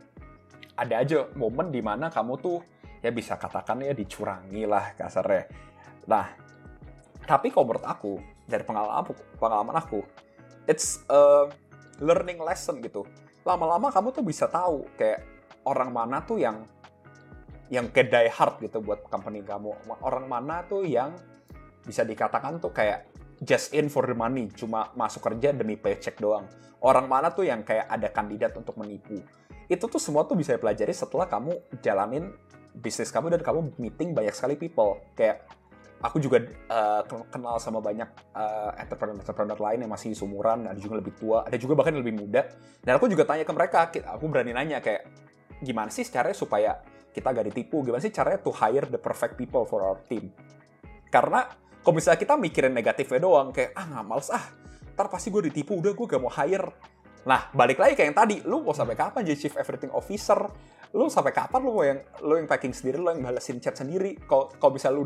momen dimana kamu tuh ya bisa katakan ya dicurangi lah kasarnya. Nah, tapi kalau menurut aku, dari pengalaman aku, it's a learning lesson gitu. Lama-lama kamu tuh bisa tahu kayak orang mana tuh yang kayak die hard gitu buat company kamu. Orang mana tuh yang bisa dikatakan tuh kayak just in for the money, cuma masuk kerja demi paycheck doang. Orang mana tuh yang kayak ada kandidat untuk menipu. Itu tuh semua tuh bisa dipelajari setelah kamu jalanin bisnis kamu dan kamu meeting banyak sekali people. Kayak aku juga kenal sama banyak entrepreneur lain yang masih seumuran, ada juga lebih tua, ada juga bahkan lebih muda. Dan aku juga tanya ke mereka, aku berani nanya kayak, gimana sih caranya supaya kita gak ditipu? Gimana sih caranya to hire the perfect people for our team? Karena kalau misalnya kita mikirin negatifnya doang, kayak, nggak males ntar pasti gue ditipu, udah gue gak mau hire. Nah, balik lagi kayak yang tadi, lu mau sampai kapan jadi chief everything officer? Lu sampai kapan lu yang packing sendiri, lu yang balesin chat sendiri? Kalau bisa lu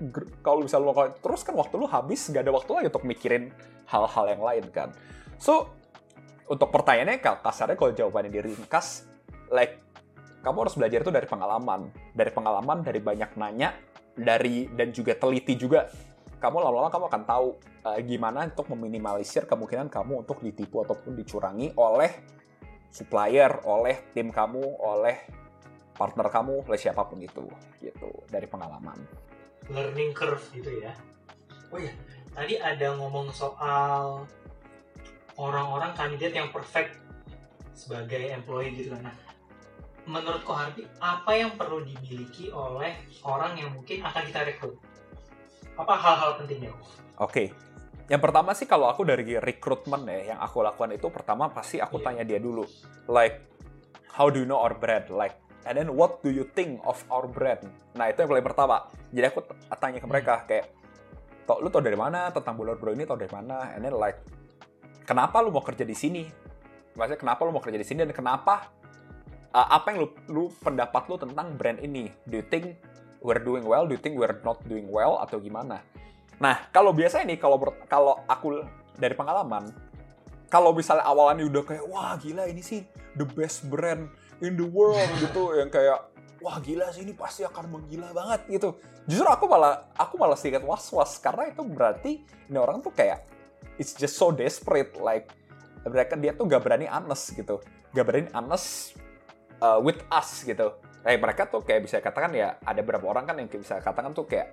terus kan waktu lu habis, gak ada waktu lagi untuk mikirin hal-hal yang lain kan. So, untuk pertanyaannya kasarnya kalau jawabannya diringkas, like kamu harus belajar itu dari pengalaman, dari banyak nanya, dan juga teliti juga. Kamu lama-lama kamu akan tahu gimana untuk meminimalisir kemungkinan kamu untuk ditipu ataupun dicurangi oleh supplier, oleh tim kamu, oleh partner kamu, oleh siapapun itu, gitu, dari pengalaman. Learning curve gitu ya. Oh ya, tadi ada ngomong soal orang-orang kandidat yang perfect sebagai employee gitu kan. Nah, menurut Ko Harvey, apa yang perlu dimiliki oleh orang yang mungkin akan kita rekrut? Apa hal-hal pentingnya? Oke. Yang pertama sih kalau aku dari rekrutmen ya, yang aku lakukan itu pertama pasti aku tanya dia dulu. Like, how do you know our brand? Like, and then what do you think of our brand? Nah, itu yang paling pertama. Jadi aku tanya ke mereka kayak, lu tau dari mana tentang Buler Bro ini, tau dari mana? And then like, kenapa lu mau kerja di sini? Maksudnya kenapa lu mau kerja di sini dan kenapa? Apa yang lu pendapat lu tentang brand ini? Do you think we're doing well? Do you think we're not doing well? Atau gimana? Nah, kalau biasanya nih, kalau aku dari pengalaman, kalau misalnya awalannya udah kayak, wah gila ini sih the best brand in the world gitu, yang kayak, wah gila sih ini pasti akan menggila banget gitu. Justru aku malah sedikit was-was, karena itu berarti ini orang tuh kayak, it's just so desperate, like, dia tuh gak berani honest gitu. Gak berani honest with us gitu. Mereka tuh kayak bisa katakan ya, ada beberapa orang kan yang bisa katakan tuh kayak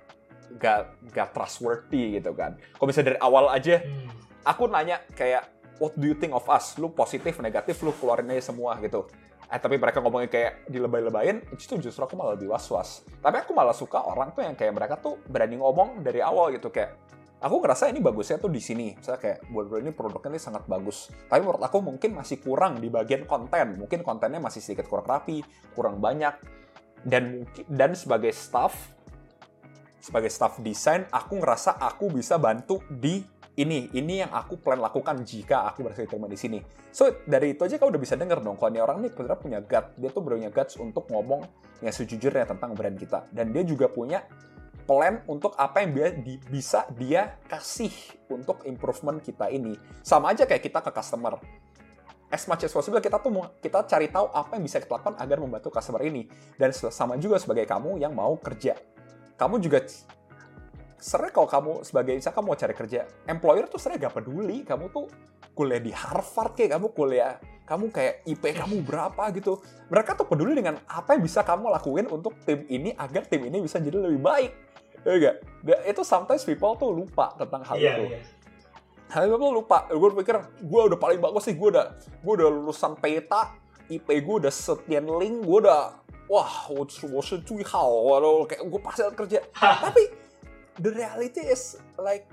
gak trustworthy gitu kan. Kalau bisa dari awal aja, aku nanya kayak, what do you think of us? Lu positif, negatif, lu keluarin aja semua gitu. Tapi mereka ngomongnya kayak dilebay-lebayin, itu justru aku malah lebih was-was. Tapi aku malah suka orang tuh yang kayak mereka tuh berani ngomong dari awal gitu, kayak, aku ngerasa ini bagusnya tuh di sini. Misalnya kayak, Buler ini produknya ini sangat bagus. Tapi menurut aku mungkin masih kurang di bagian konten. Mungkin kontennya masih sedikit kurang rapi, kurang banyak. Dan sebagai staff desain, aku ngerasa aku bisa bantu di ini yang aku plan lakukan jika aku berhasil diterima di sini. So, dari itu aja kau udah bisa denger dong, kalau ini orang nih bener-bener punya dia tuh punya guts untuk ngomong yang sejujurnya tentang brand kita. Dan dia juga punya plan untuk apa yang bisa dia kasih untuk improvement kita ini. Sama aja kayak kita ke customer. As much as possible kita cari tahu apa yang bisa kita lakukan agar membantu customer ini. Dan sama juga sebagai kamu yang mau kerja. Kamu juga sebenarnya kalau kamu sebagai misalnya kamu mau cari kerja, employer tuh sebenarnya gak peduli kamu tuh kuliah di Harvard kayak kamu kayak IP kamu berapa gitu. Mereka tuh peduli dengan apa yang bisa kamu lakuin untuk tim ini agar tim ini bisa jadi lebih baik. Ya enggak? Itu sometimes people tuh lupa tentang hal itu. Hal itu lupa. Gue pikir gue udah paling bagus sih, gue udah lulusan peta, IP gue udah sekian link, gue udah wah, 我是最好 kayak gue pasti kerja. Tapi the reality is like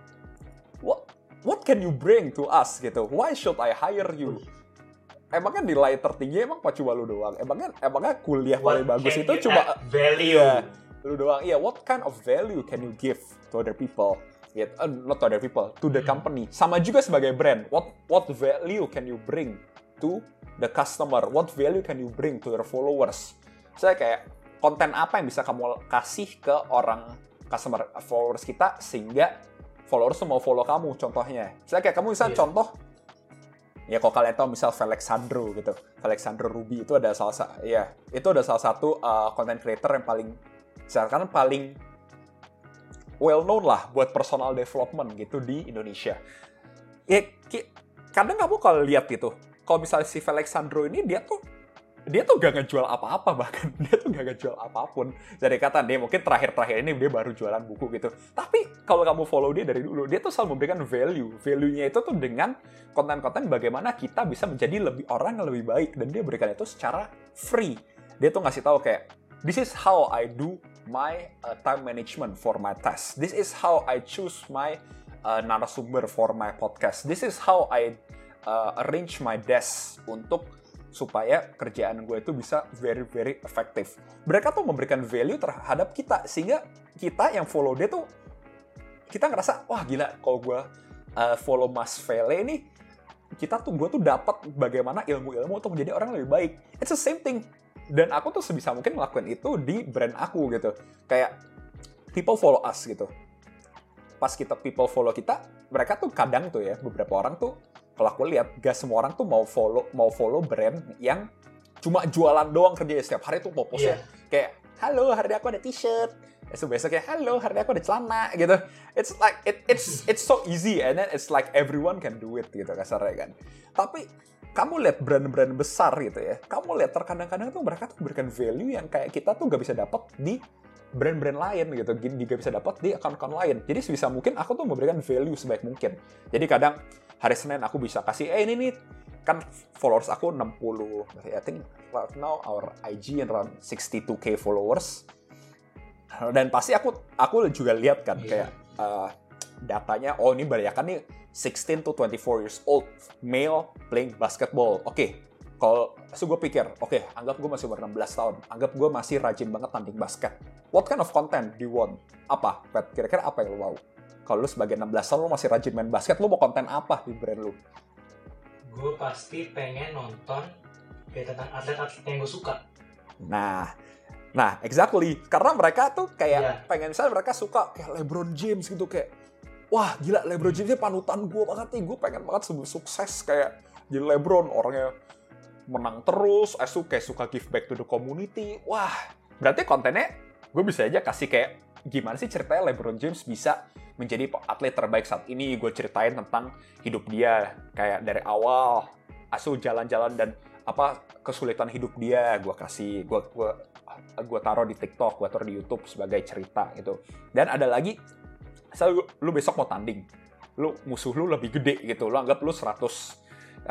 what can you bring to us gitu? Why should I hire you? Emangnya nilai tertinggi emang cuma lu doang? Emangnya kuliah paling bagus itu cuma value lu doang? Iya, what kind of value can you give to other people? Not to other people, to the company. Sama juga sebagai brand. What value can you bring to the customer? What value can you bring to your followers? Saya kayak konten apa yang bisa kamu kasih ke orang customer followers kita sehingga followers tuh mau follow kamu, contohnya. Saya kayak kamu misal contoh, ya kalau kalian tahu misal Felixandro gitu, Felixandro Ruby itu ada salah satu content creator yang paling well known lah buat personal development gitu di Indonesia. Ya, kadang kamu kalau lihat gitu, kalau misalnya si Felixandro ini dia tuh gak ngejual apa-apa, bahkan dia tuh gak ngejual apapun. Jadi kata dia mungkin terakhir ini dia baru jualan buku gitu. Tapi kalau kamu follow dia dari dulu, dia tuh selalu memberikan value. Value-nya itu tuh dengan konten-konten bagaimana kita bisa menjadi orang yang lebih baik. Dan dia berikan itu secara free. Dia tuh ngasih tahu kayak, this is how I do my time management for my task. This is how I choose my narasumber for my podcast. This is how I arrange my desk supaya kerjaan gue itu bisa very, very effective. Mereka tuh memberikan value terhadap kita, sehingga kita yang follow dia tuh, kita ngerasa, wah gila, kalau gue follow Mas Vele ini, gue tuh dapat bagaimana ilmu-ilmu untuk menjadi orang lebih baik. It's the same thing. Dan aku tuh sebisa mungkin ngelakuin itu di brand aku gitu. Kayak, people follow us gitu. Pas people follow kita, mereka tuh kadang tuh ya, beberapa orang tuh, kalau aku lihat, gak semua orang tuh mau follow brand yang cuma jualan doang kerjanya. Setiap hari tuh mau postnya kayak, halo, hari ini aku ada t-shirt. Besok kayak, halo, hari ini aku ada celana gitu. It's like, it's so easy, and then it's like everyone can do it gitu kasarnya kan. Tapi, kamu lihat brand-brand besar gitu ya, kamu lihat terkadang-kadang tuh mereka tuh berikan value yang kayak kita tuh gak bisa dapat di brand-brand lain gitu, gak bisa dapat di akun-akun lain. Jadi sebisa mungkin aku tuh memberikan value sebaik mungkin. Jadi kadang hari Senin aku bisa kasih, ini nih, kan followers aku 60, I think right now our IG around 62k followers. Dan pasti aku juga lihat kan kayak datanya, oh ini banyakan nih 16 to 24 years old male playing basketball. Oke. Kalau gue pikir, anggap gue masih umur 16 tahun, anggap gue masih rajin banget tanding basket. What kind of content do you want? Apa, Pat? Kira-kira apa yang lo mau? Kalau lu sebagai 16 tahun, lu masih rajin main basket, lu mau konten apa di brand lu? Gue pasti pengen nonton kayak tentang atlet-atlet yang gue suka. Nah, exactly. Karena mereka tuh kayak pengen, misalnya mereka suka kayak LeBron James gitu, kayak wah gila, LeBron James panutan gue banget nih, gue pengen banget sukses kayak jadi LeBron, orangnya menang terus, kayak suka give back to the community. Wah, berarti kontennya gue bisa aja kasih kayak gimana sih ceritanya LeBron James bisa menjadi atlet terbaik saat ini. Gue ceritain tentang hidup dia kayak dari awal, jalan-jalan dan apa kesulitan hidup dia. Gue taruh di TikTok, gue taruh di YouTube sebagai cerita gitu. Dan ada lagi, misalnya lu besok mau tanding, musuh lu lebih gede gitu, lu anggap lu 165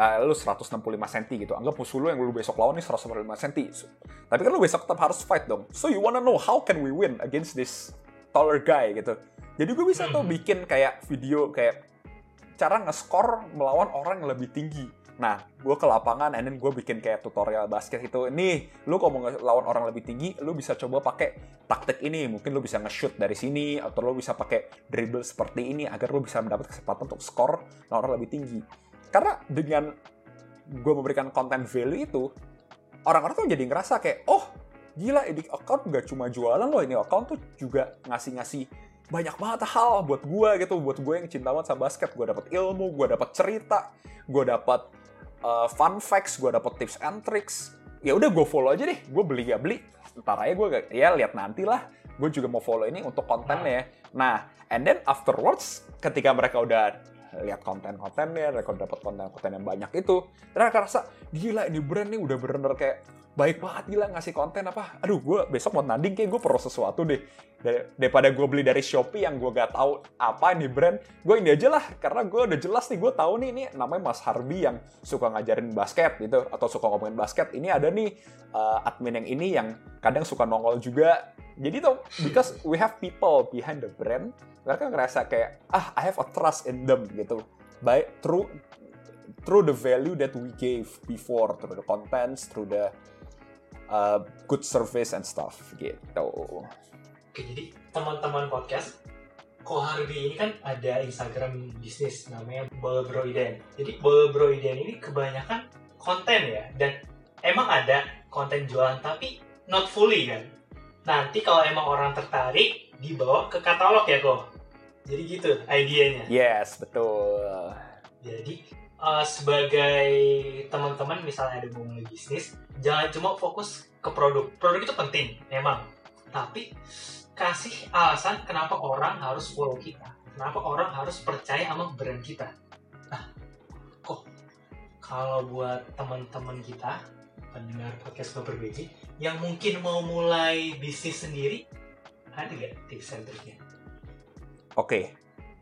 cm gitu. Anggap musuh lu yang lu besok lawan nih 145 cm. Tapi kan lu besok tetap harus fight dong. So you wanna know how can we win against this taller guy gitu. Jadi gue bisa tuh bikin kayak video kayak cara nge-score melawan orang yang lebih tinggi. Nah, gue ke lapangan and then gue bikin kayak tutorial basket itu. Nih, lu kalau mau lawan orang lebih tinggi, lu bisa coba pakai taktik ini. Mungkin lu bisa nge-shoot dari sini, atau lu bisa pakai dribble seperti ini agar lu bisa mendapat kesempatan untuk score lawan orang lebih tinggi. Karena dengan gue memberikan konten value itu, orang-orang tuh jadi ngerasa kayak, oh gila, ini account gak cuma jualan loh, ini account tuh juga ngasih banyak banget hal buat gue gitu, buat gue yang cinta banget sama basket. Gue dapat ilmu, gue dapat cerita, gue dapat fun facts, gue dapat tips and tricks. Ya udah gue follow aja deh, gue beli gak beli, ntar aja gue lihat nanti lah. Gue juga mau follow ini untuk kontennya. Nah, and then afterwards, ketika mereka udah lihat konten-kontennya, record dapat konten-konten yang banyak itu. Dan aku rasa gila ini brand nih udah bener-bener kayak baik banget gila ngasih konten apa. Aduh gue besok mau nanding kayak gue perlu sesuatu deh. Daripada gue beli dari Shopee yang gue gak tahu apa ini brand, gue ini aja lah karena gue udah jelas nih gue tahu nih ini namanya Mas Harbi yang suka ngajarin basket gitu atau suka ngomongin basket. Ini ada nih admin yang ini yang kadang suka nongol juga. Jadi tuh because we have people behind the brand, mereka ngerasa kayak I have a trust in them gitu. By through the value that we gave before, through the contents, through the good service and stuff gitu. Oke, jadi teman-teman podcast, Ko Harbi ini kan ada Instagram bisnis namanya Bolbroiden. Jadi Bolbroiden ini kebanyakan konten ya, dan emang ada konten jualan tapi not fully kan. Nanti kalau emang orang tertarik dibawa ke katalog ya Ko. Jadi gitu idenya. Yes, betul. Jadi sebagai teman-teman misalnya ada mau mulai bisnis, jangan cuma fokus ke produk. Produk itu penting, memang. Tapi kasih alasan kenapa orang harus follow kita. Kenapa orang harus percaya sama brand kita. Nah, kok kalau buat teman-teman kita, pendengar podcast Baper BJ, yang mungkin mau mulai bisnis sendiri, ada nggak tips and triknya? Oke.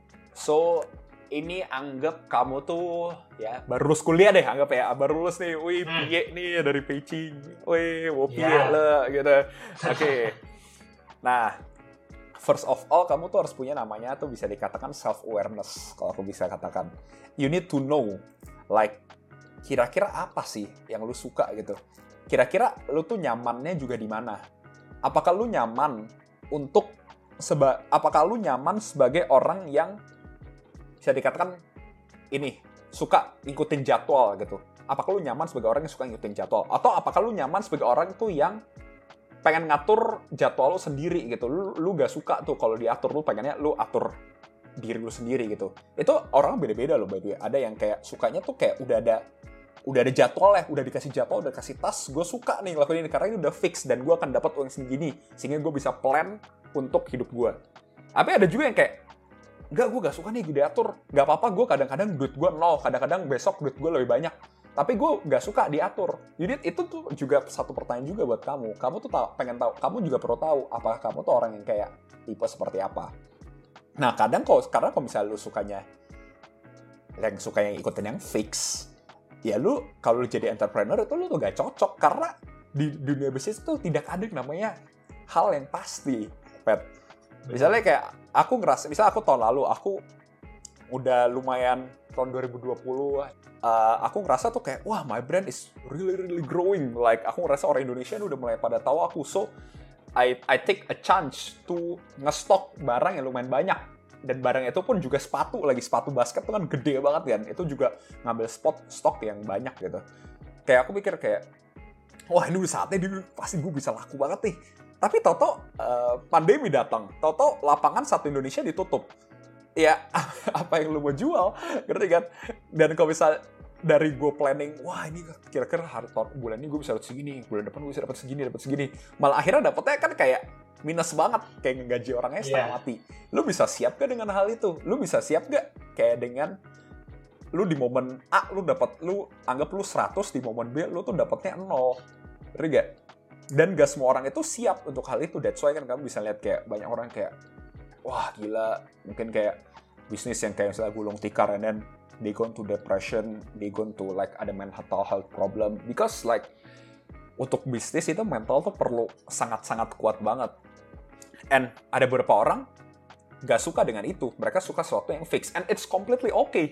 So, ini anggap kamu tuh ya baru lulus kuliah deh, anggap ya baru lulus nih, wih piye nih dari pitching, wih mau piye lah gitu. Oke. Nah, first of all kamu tuh harus punya namanya tuh bisa dikatakan self awareness kalau aku bisa katakan. You need to know like kira-kira apa sih yang lu suka gitu. Kira-kira lu tuh nyamannya juga di mana? Apakah lu nyaman untuk apakah lu nyaman sebagai orang yang bisa dikatakan ini suka ngikutin jadwal gitu. Apakah lu nyaman sebagai orang yang suka ngikutin jadwal atau apakah lu nyaman sebagai orang tuh yang pengen ngatur jadwal lu sendiri gitu. Lu gak suka tuh kalau diatur, lu pengennya lu atur diri lu sendiri gitu. Itu orang beda-beda loh by the way. Ada yang kayak sukanya tuh kayak udah ada jadwal ya, udah dikasih jadwal, udah kasih tas, gue suka nih lakuin ini karena ini udah fix dan gue akan dapat uang segini sehingga gue bisa plan untuk hidup gue. Tapi ada juga yang kayak enggak, gue gak suka nih gue diatur. Gak apa-apa, gue kadang-kadang duit gue nol, kadang-kadang besok duit gue lebih banyak. Tapi gue gak suka diatur. Jadi itu tuh juga satu pertanyaan juga buat kamu. Kamu tuh pengen tahu, kamu juga perlu tahu apakah kamu tuh orang yang kayak tipe seperti apa. Nah kadang karena kalau misalnya lu sukanya yang ikutin yang fix, ya lu kalau lu jadi entrepreneur itu lu tuh gak cocok karena di dunia bisnis tuh tidak ada yang namanya hal yang pasti, Pet. Misalnya kayak aku ngerasa, misalnya aku tahun lalu aku udah lumayan tahun 2020 aku ngerasa tuh kayak wah my brand is really growing, like aku ngerasa orang Indonesia udah mulai pada tahu aku, so I take a chance to ngestok barang yang lumayan banyak dan barang itu pun juga sepatu basket tuh kan gede banget kan, itu juga ngambil stok yang banyak gitu. Kayak aku pikir kayak wah ini udah saatnya pasti gue bisa laku banget nih. Tapi toto pandemi datang, toto lapangan satu Indonesia ditutup. Ya apa yang lu mau jual, ngerti kan? Dan kalau misal dari gue planning, wah ini kira-kira bulan ini gue bisa dapat segini, bulan depan gue bisa dapat segini, malah akhirnya dapetnya kan kayak minus banget, kayak ngegaji orangnya setengah mati. Lu bisa siap gak dengan hal itu? Lu bisa siap gak kayak dengan lu di momen A lu anggap lu 100, di momen B lu tuh dapetnya 0, ngerti gak? Dan gak semua orang itu siap untuk hal itu. That's why kan kamu bisa lihat kayak banyak orang kayak wah gila, mungkin kayak bisnis yang kayak misalnya gulung tikar and then they go into depression, they go into like ada mental health problem because like untuk bisnis itu mental tuh perlu sangat-sangat kuat banget. And ada beberapa orang gak suka dengan itu, mereka suka sesuatu yang fix and it's completely okay.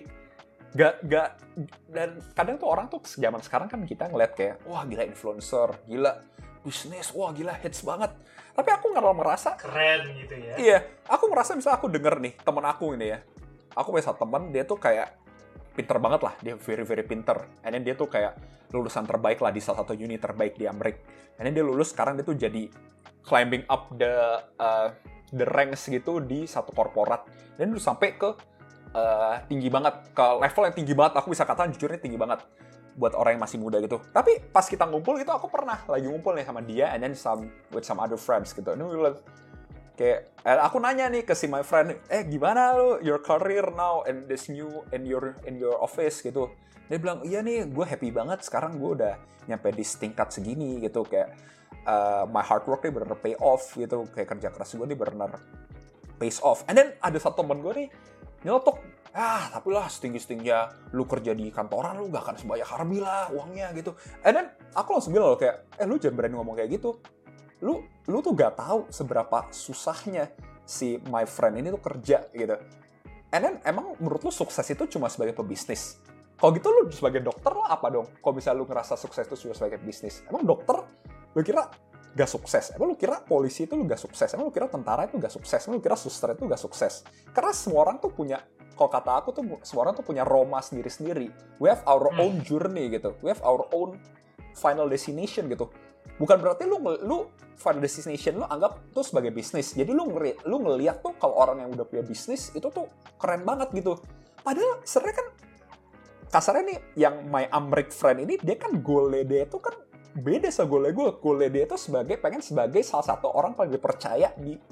Dan kadang tuh orang tuh zaman sekarang kan kita ngeliat kayak wah gila influencer, gila bisnis, wah gila hits banget. Tapi aku nggak merasa keren gitu ya. Iya, aku merasa misalnya aku denger nih temen aku ini ya, aku punya satu temen dia tuh kayak pinter banget lah, dia very pinter. And then dia tuh kayak lulusan terbaik lah di salah satu uni terbaik di Amerika. And then dia lulus, sekarang dia tuh jadi climbing up the ranks gitu di satu korporat. Dan dia sampai ke tinggi banget, ke level yang tinggi banget. Aku bisa katakan jujurnya tinggi banget buat orang yang masih muda gitu. Tapi pas kita ngumpul itu aku pernah lagi ngumpul nih sama dia and then with some other friends gitu. And we were like, Kayak aku nanya nih ke si my friend, gimana lu your career now and this new in your office gitu. Dia bilang, iya nih gue happy banget sekarang gue udah nyampe di tingkat segini gitu, kayak my hard work nih bener pay off gitu, kayak kerja keras gue nih bener pays off. And then ada satu temen gue nih nyelotok, tapi lah setinggi-setingginya lu kerja di kantoran lu gak akan sebanyak Harbi lah uangnya gitu. And then aku langsung bilang loh kayak, lu jangan berani ngomong kayak gitu. Lu tuh gak tahu seberapa susahnya si my friend ini tuh kerja gitu. And then emang menurut lu sukses itu cuma sebagai pebisnis? Kalau gitu lu sebagai dokter lo apa dong? Kalau misalnya lu ngerasa sukses itu cuma sebagai bisnis, emang dokter lu kira gak sukses? Emang lu kira polisi itu lu gak sukses? Emang lu kira tentara itu gak sukses? Emang lu kira suster itu gak sukses? Karena semua orang tuh punya, kalau kata aku tuh semua orang tuh punya Roma sendiri-sendiri. We have our own journey gitu. We have our own final destination gitu. Bukan berarti lu final destination lu anggap tuh sebagai bisnis. Jadi lu ngeliat tuh kalau orang yang udah punya bisnis itu tuh keren banget gitu. Padahal sebenarnya kan kasarnya nih yang my Amrik friend ini dia kan goalnya dia itu kan beda sama goalnya gue. Goalnya dia itu pengen sebagai salah satu orang paling dipercaya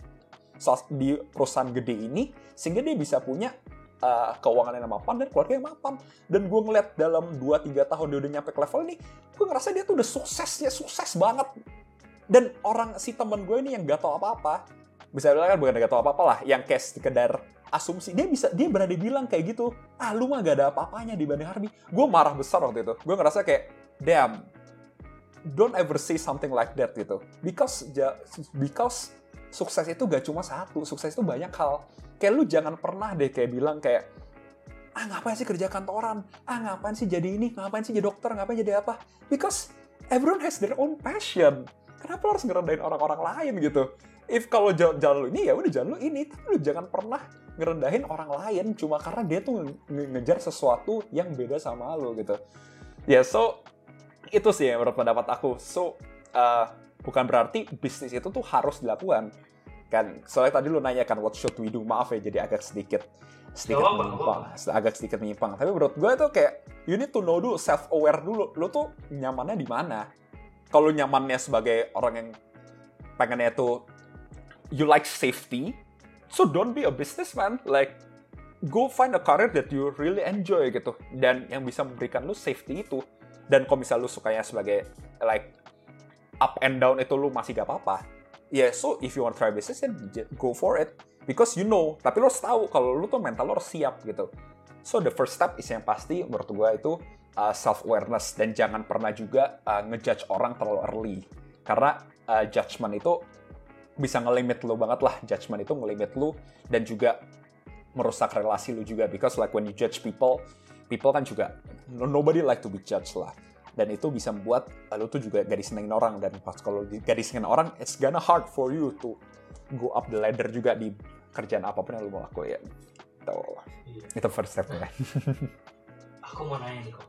di perusahaan gede ini sehingga dia bisa punya keuangan yang mapan dan keluarga yang mapan. Dan gue ngeliat dalam 2-3 tahun dia udah nyampe ke level ini, gue ngerasa dia tuh udah sukses banget. Dan si temen gue ini yang gak tau apa-apa, bisa bilang kan bukan gak tau apa-apa lah, yang kayak sekedar asumsi, dia berani bilang kayak gitu, lu mah gak ada apa-apanya dibanding Harbi. Gue marah besar waktu itu. Gue ngerasa kayak, damn, don't ever say something like that gitu. Because sukses itu gak cuma satu, sukses itu banyak hal. Kayak lu jangan pernah deh kayak bilang kayak, ngapain sih kerja kantoran? Ngapain sih jadi ini? Ngapain sih jadi dokter? Ngapain jadi apa? Because everyone has their own passion. Kenapa lu harus ngerendahin orang-orang lain gitu? If kalau jalan lu ini, ya udah jalan lu ini. Tapi lu jangan pernah ngerendahin orang lain cuma karena dia tuh ngejar sesuatu yang beda sama lu gitu. Ya, so itu sih yang menurut pendapat aku. So, bukan berarti bisnis itu tuh harus dilakukan. Kan, soalnya tadi lu nanya kan, what should we do? Maaf ya, jadi agak sedikit menyimpang. Tapi menurut gue tuh kayak, you need to know dulu, self-aware dulu. Lu tuh nyamannya di mana? Kalau nyamannya sebagai orang yang pengennya tuh, you like safety, so don't be a businessman. Like, go find a career that you really enjoy gitu. Dan yang bisa memberikan lu safety itu. Dan kalau misalnya lu sukanya sebagai, like, up and down itu lu masih gak apa-apa. Yeah, so if you want to try business, then go for it. Because you know, tapi lo harus tahu kalau lo tuh mental lo harus siap gitu. So the first step is yang pasti menurut gue itu self-awareness. Dan jangan pernah juga ngejudge orang terlalu early. Karena judgment itu bisa ngelimit lo banget lah. Judgment itu ngelimit lo dan juga merusak relasi lo juga. Because like when you judge people kan juga, nobody like to be judged lah. Dan itu bisa membuat lu tuh juga gak disenengin orang. Dan pas kalau gak disenengin orang, it's gonna hard for you to go up the ladder juga di kerjaan apapun yang lu mau lakuin. Itu first step-nya. Aku mau nanya nih kok.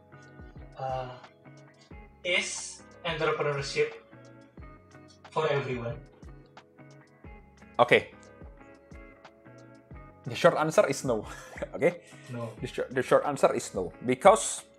Is entrepreneurship for everyone? Okay. The short answer is no. Okay? No. The short answer is no. Because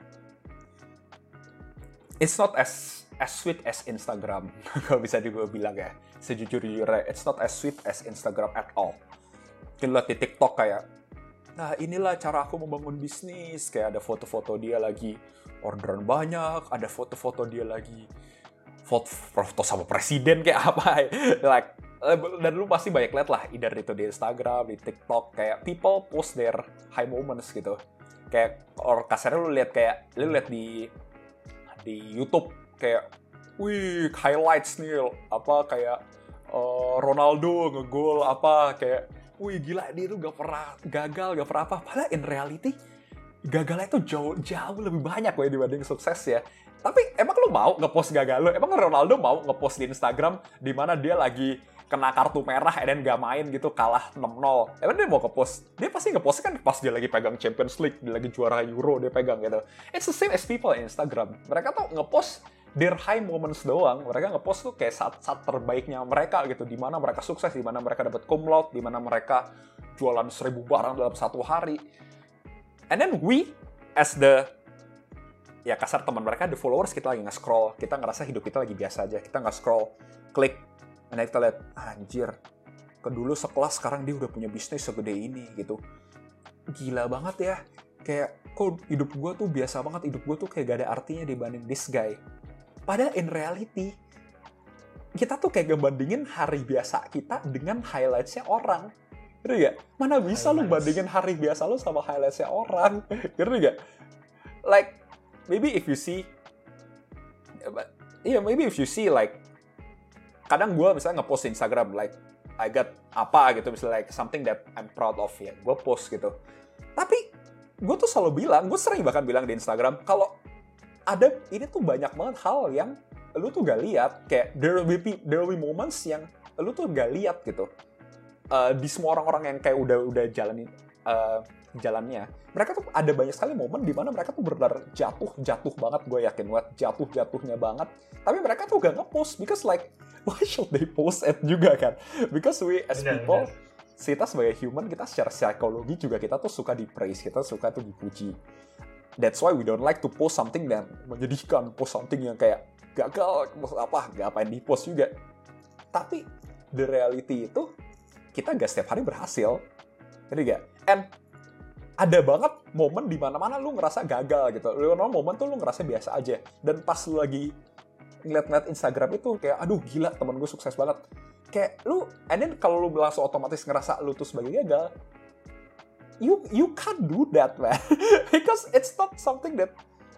it's not as sweet as Instagram. Kalau bisa juga bilang ya. Sejujur-jujurnya, it's not as sweet as Instagram at all. Kita lihat di TikTok kayak, nah inilah cara aku membangun bisnis. Kayak ada foto-foto dia lagi orderan banyak, ada foto-foto dia lagi foto sama presiden kayak apa. Like, dan lu pasti banyak lihat lah, either itu di Instagram, di TikTok, kayak people post their high moments gitu. Kayak, or kasarnya lu lihat di YouTube kayak, wih highlights nih apa kayak Ronaldo ngegol apa kayak, wih gila dia tuh gak pernah gagal, gak pernah apa. Padahal in reality gagalnya itu jauh lebih banyak ya dibanding sukses ya. Tapi emang lu mau ngepost gagal lu? Emang Ronaldo mau ngepost di Instagram di mana dia lagi kena kartu merah dan gak main gitu, kalah 6-0. Emang dia mau ngepost? Dia pasti ngepost kan pas dia lagi pegang Champions League, dia lagi juara Euro, dia pegang gitu. It's the same as people in Instagram. Mereka tuh ngepost their high moments doang. Mereka ngepost tuh kayak saat terbaiknya mereka gitu, di mana mereka sukses, di mana mereka dapat cum laude, di mana mereka jualan 1000 barang dalam satu hari. And then we as the kasar teman mereka, the followers, kita lagi nge-scroll, kita ngerasa hidup kita lagi biasa aja, kita nge-scroll, klik, dan kita lihat, anjir, ke dulu sekelas, sekarang dia udah punya bisnis segede ini gitu. Gila banget ya. Kayak, kok hidup gue tuh biasa banget, hidup gue tuh kayak gak ada artinya dibanding this guy. Padahal in reality, kita tuh kayak ngebandingin hari biasa kita dengan highlights-nya orang. Ngerti gak? Mana bisa lu bandingin hari biasa lu sama highlights-nya orang. Ngerti gak? Like, maybe if you see like, kadang gue misalnya nge-post Instagram, like, I got apa gitu, misalnya like something that I'm proud of, ya, gue post gitu. Tapi, gue tuh selalu bilang, gue sering bahkan bilang di Instagram, kalau ada, ini tuh banyak banget hal yang lu tuh gak lihat, kayak there will be moments yang lu tuh gak lihat gitu. Di semua orang-orang yang kayak udah jalanin jalannya, mereka tuh ada banyak sekali momen di mana mereka tuh benar jatuh banget, gue yakin banget jatuhnya banget. Tapi mereka tuh gak nge-post because like why should they post it juga kan? Because we as people, kita sebagai human, kita secara psikologi juga kita tuh suka di-praise, kita suka tuh dipuji. That's why we don't like to post something yang menyedihkan, post something yang kayak gagal, gak apa yang di-post juga. Tapi the reality itu kita gak setiap hari berhasil, ngerti gak? And ada banget momen di mana-mana lu ngerasa gagal gitu. Lu momen tuh lu ngerasa biasa aja. Dan pas lu lagi ngeliat-ngeliat Instagram itu kayak, aduh gila temen gue sukses banget. Kayak lu, and then kalau lu langsung otomatis ngerasa lu tuh sebagai gagal, you can't do that, man. Because it's not something that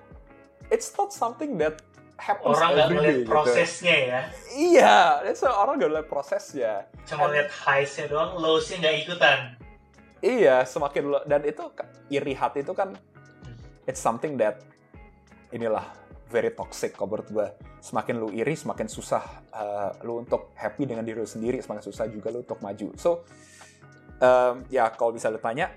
happens orang every day. Orang gak ngeliat prosesnya gitu. Ya. Iya, orang gak ngeliat prosesnya. Cuma lihat highs-nya doang, lows-nya gak ikutan. Iya, semakin lo, dan itu iri hati itu kan, it's something that inilah very toxic kalau menurut gue. Semakin lu iri, semakin susah lu untuk happy dengan diri lu sendiri, semakin susah juga lu untuk maju. So, ya kalau bisa lu tanya,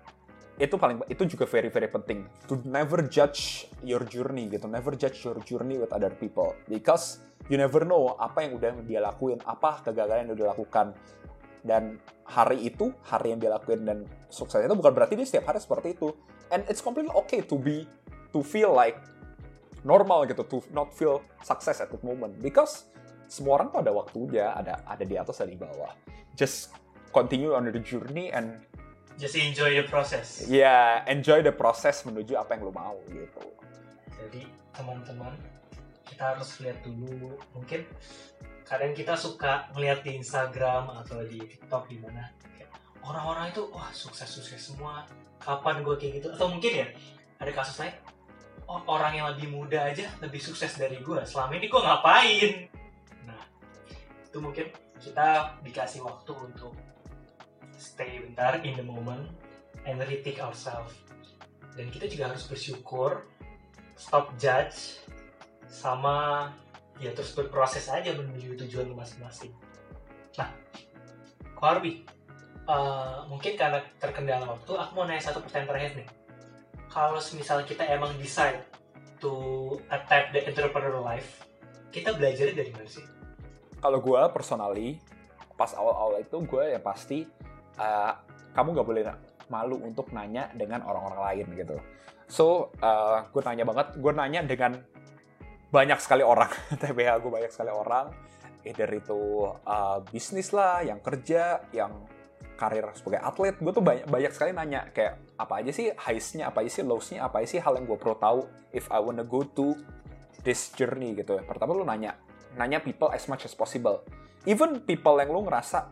itu juga very very penting to never judge your journey gitu, never judge your journey with other people, because you never know apa yang udah dia lakuin, apa kegagalan yang udah dia lakukan. Dan hari yang dia lakuin dan sukses itu bukan berarti dia setiap hari seperti itu. And it's completely okay to feel like normal gitu, to not feel success at that moment, because semua orang tuh ada waktunya, ada di atas, ada di bawah. Just continue on the journey and just enjoy the process. Yeah, enjoy the process menuju apa yang lo mau gitu. Jadi teman-teman, kita harus lihat dulu, mungkin kadang kita suka ngeliat di Instagram atau di TikTok di mana orang-orang itu wah sukses semua, kapan gue kayak gitu? Atau mungkin ya ada kasus lain, orang yang lebih muda aja lebih sukses dari gue, selama ini gue ngapain? Nah, itu mungkin kita dikasih waktu untuk stay bentar in the moment and rethink ourselves. Dan kita juga harus bersyukur, stop judge, sama ya terus berproses aja menuju tujuan masing-masing. Nah, Harvey, mungkin karena terkendala waktu, aku mau nanya satu pertanyaan terakhir nih. Kalau misalnya kita emang decide to attack the entrepreneur life, kita belajarnya dari mana sih? Kalau gue personally, pas awal-awal itu gue ya pasti, kamu gak boleh malu untuk nanya dengan orang-orang lain gitu. So, gue nanya dengan banyak sekali orang. TBH gue banyak sekali orang. Either itu bisnis lah, yang kerja, yang karir sebagai atlet. Gue tuh banyak sekali nanya kayak apa aja sih highs-nya, apa aja sih lows-nya, apa aja sih hal yang gue perlu tahu if I wanna go to this journey gitu. Pertama lu nanya people as much as possible. Even people yang lu ngerasa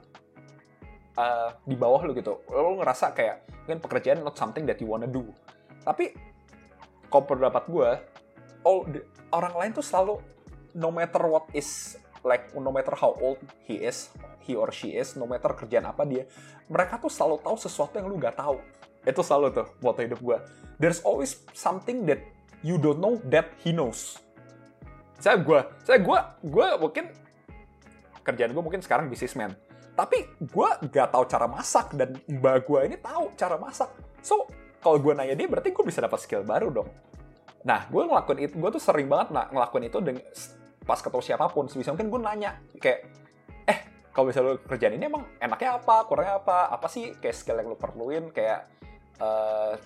di bawah lu gitu. Lu ngerasa kayak mungkin pekerjaan not something that you wanna do. Tapi kalau pendapat gue, orang lain tuh selalu, no matter what is, like no matter how old he or she is, no matter kerjaan apa dia, mereka tuh selalu tahu sesuatu yang lu gak tahu. Itu selalu tuh moto hidup gue. There's always something that you don't know that he knows. Saya gue mungkin kerjaan gue mungkin sekarang businessman, tapi gue gak tahu cara masak, dan mbak gue ini tahu cara masak. So kalau gue nanya dia, berarti gue bisa dapat skill baru dong. Nah, gue ngelakuin itu, gue tuh sering banget ngelakuin itu pas ketemu siapapun. Sebisa mungkin gue nanya, kayak, kalau misalnya lo kerjaan ini emang enaknya apa, kurangnya apa sih kayak skill yang lo perluin, kayak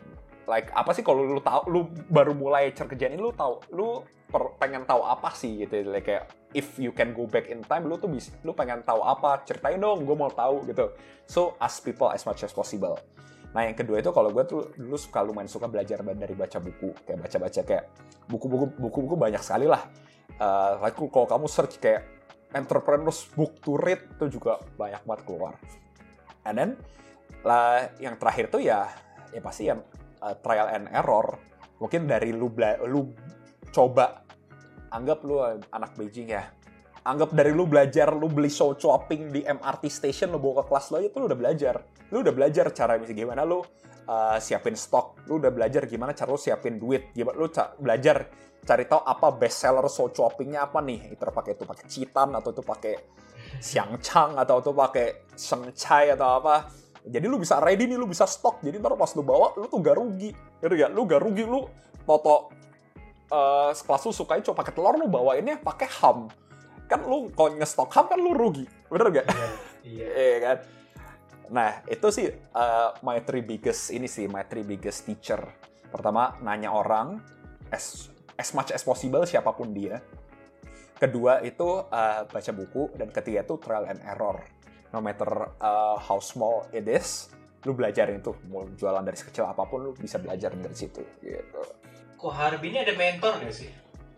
like apa sih kalau lu baru mulai cari kerjaan ini, lu pengen tahu apa sih gitu, like kayak if you can go back in time, lu pengen tahu apa, ceritain dong, gue mau tahu gitu. So ask people as much as possible. Nah yang kedua itu kalau gue tuh dulu lumayan suka belajar dari baca buku, kayak baca kayak buku banyak sekali lah. Like kalau kamu search kayak entrepreneurs book to read itu juga banyak banget keluar. And then yang terakhir tuh ya pasti yang trial and error. Mungkin dari lu coba, anggap lu anak Beijing ya. Anggap dari lu belajar, lu beli shopping di MRT station, lu bawa ke kelas lu aja tuh lu udah belajar. Lu udah belajar cara gimana lu siapin stok. Lu udah belajar gimana cara lu siapin duit. Gimana lu belajar cari tahu apa best seller shoppingnya apa nih. Itu pakai Citan atau itu pakai Xiangchang atau itu pakai Shengcai atau apa. Jadi lu bisa ready nih, lu bisa stok. Jadi ntar pas lu bawa, lu tuh gak rugi. Lu gak rugi, lu toto kelas lu sukanya cuma pakai telur, lu bawainnya pakai ham. Kan lu kalau ngestok ham kan lu rugi. Bener gak? Iya kan? Nah, itu sih my three biggest teacher. Pertama, nanya orang as much as possible siapapun dia. Kedua itu baca buku, dan ketiga itu trial and error. No matter how small it is, lu belajarin tuh. Mau jualan dari sekecil apapun, lu bisa belajar dari situ. Gitu. Kok Harbi ini ada mentor nggak sih?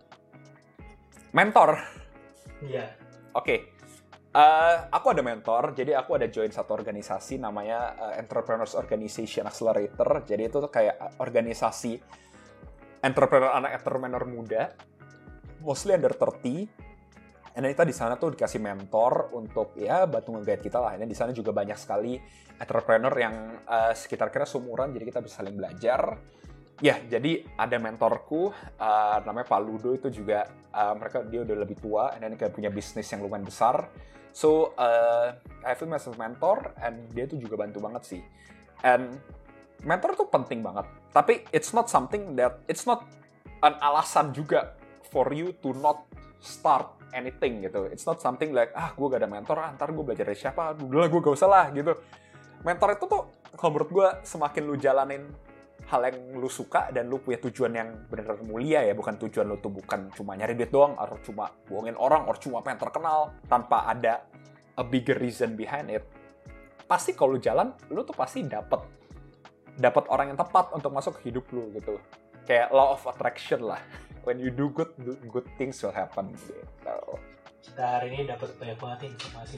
Mentor? Iya. Oke. Aku ada mentor, jadi aku ada join satu organisasi namanya Entrepreneurs Organization Accelerator. Jadi itu tuh kayak organisasi anak entrepreneur muda, mostly under 30. Dan kita di sana tuh dikasih mentor untuk ya bantu nge-guide kita lah. Dan di sana juga banyak sekali entrepreneur yang sekitar kita seumuran, jadi kita bisa saling belajar. Ya, jadi ada mentorku namanya Pak Ludo, itu juga dia udah lebih tua dan kayak punya bisnis yang lumayan besar. So I feel as a mentor, and dia tuh juga bantu banget sih. And mentor tuh penting banget. Tapi it's not an alasan juga for you to not start anything gitu. It's not something like, gue gak ada mentor, ntar gue belajar dari siapa, udah lah gue gak usah lah gitu. Mentor itu tuh, kalau menurut gue, semakin lu jalanin hal yang lu suka dan lu punya tujuan yang benar-benar mulia ya, bukan tujuan lu tuh bukan cuma nyari duit doang, atau cuma bohongin orang, atau cuma pengen terkenal, tanpa ada a bigger reason behind it. Pasti kalau lu jalan, lu tuh pasti dapat orang yang tepat untuk masuk ke hidup lu gitu. Kayak law of attraction lah. When you do good things will happen gitu. Kita hari ini dapat banyak banget informasi,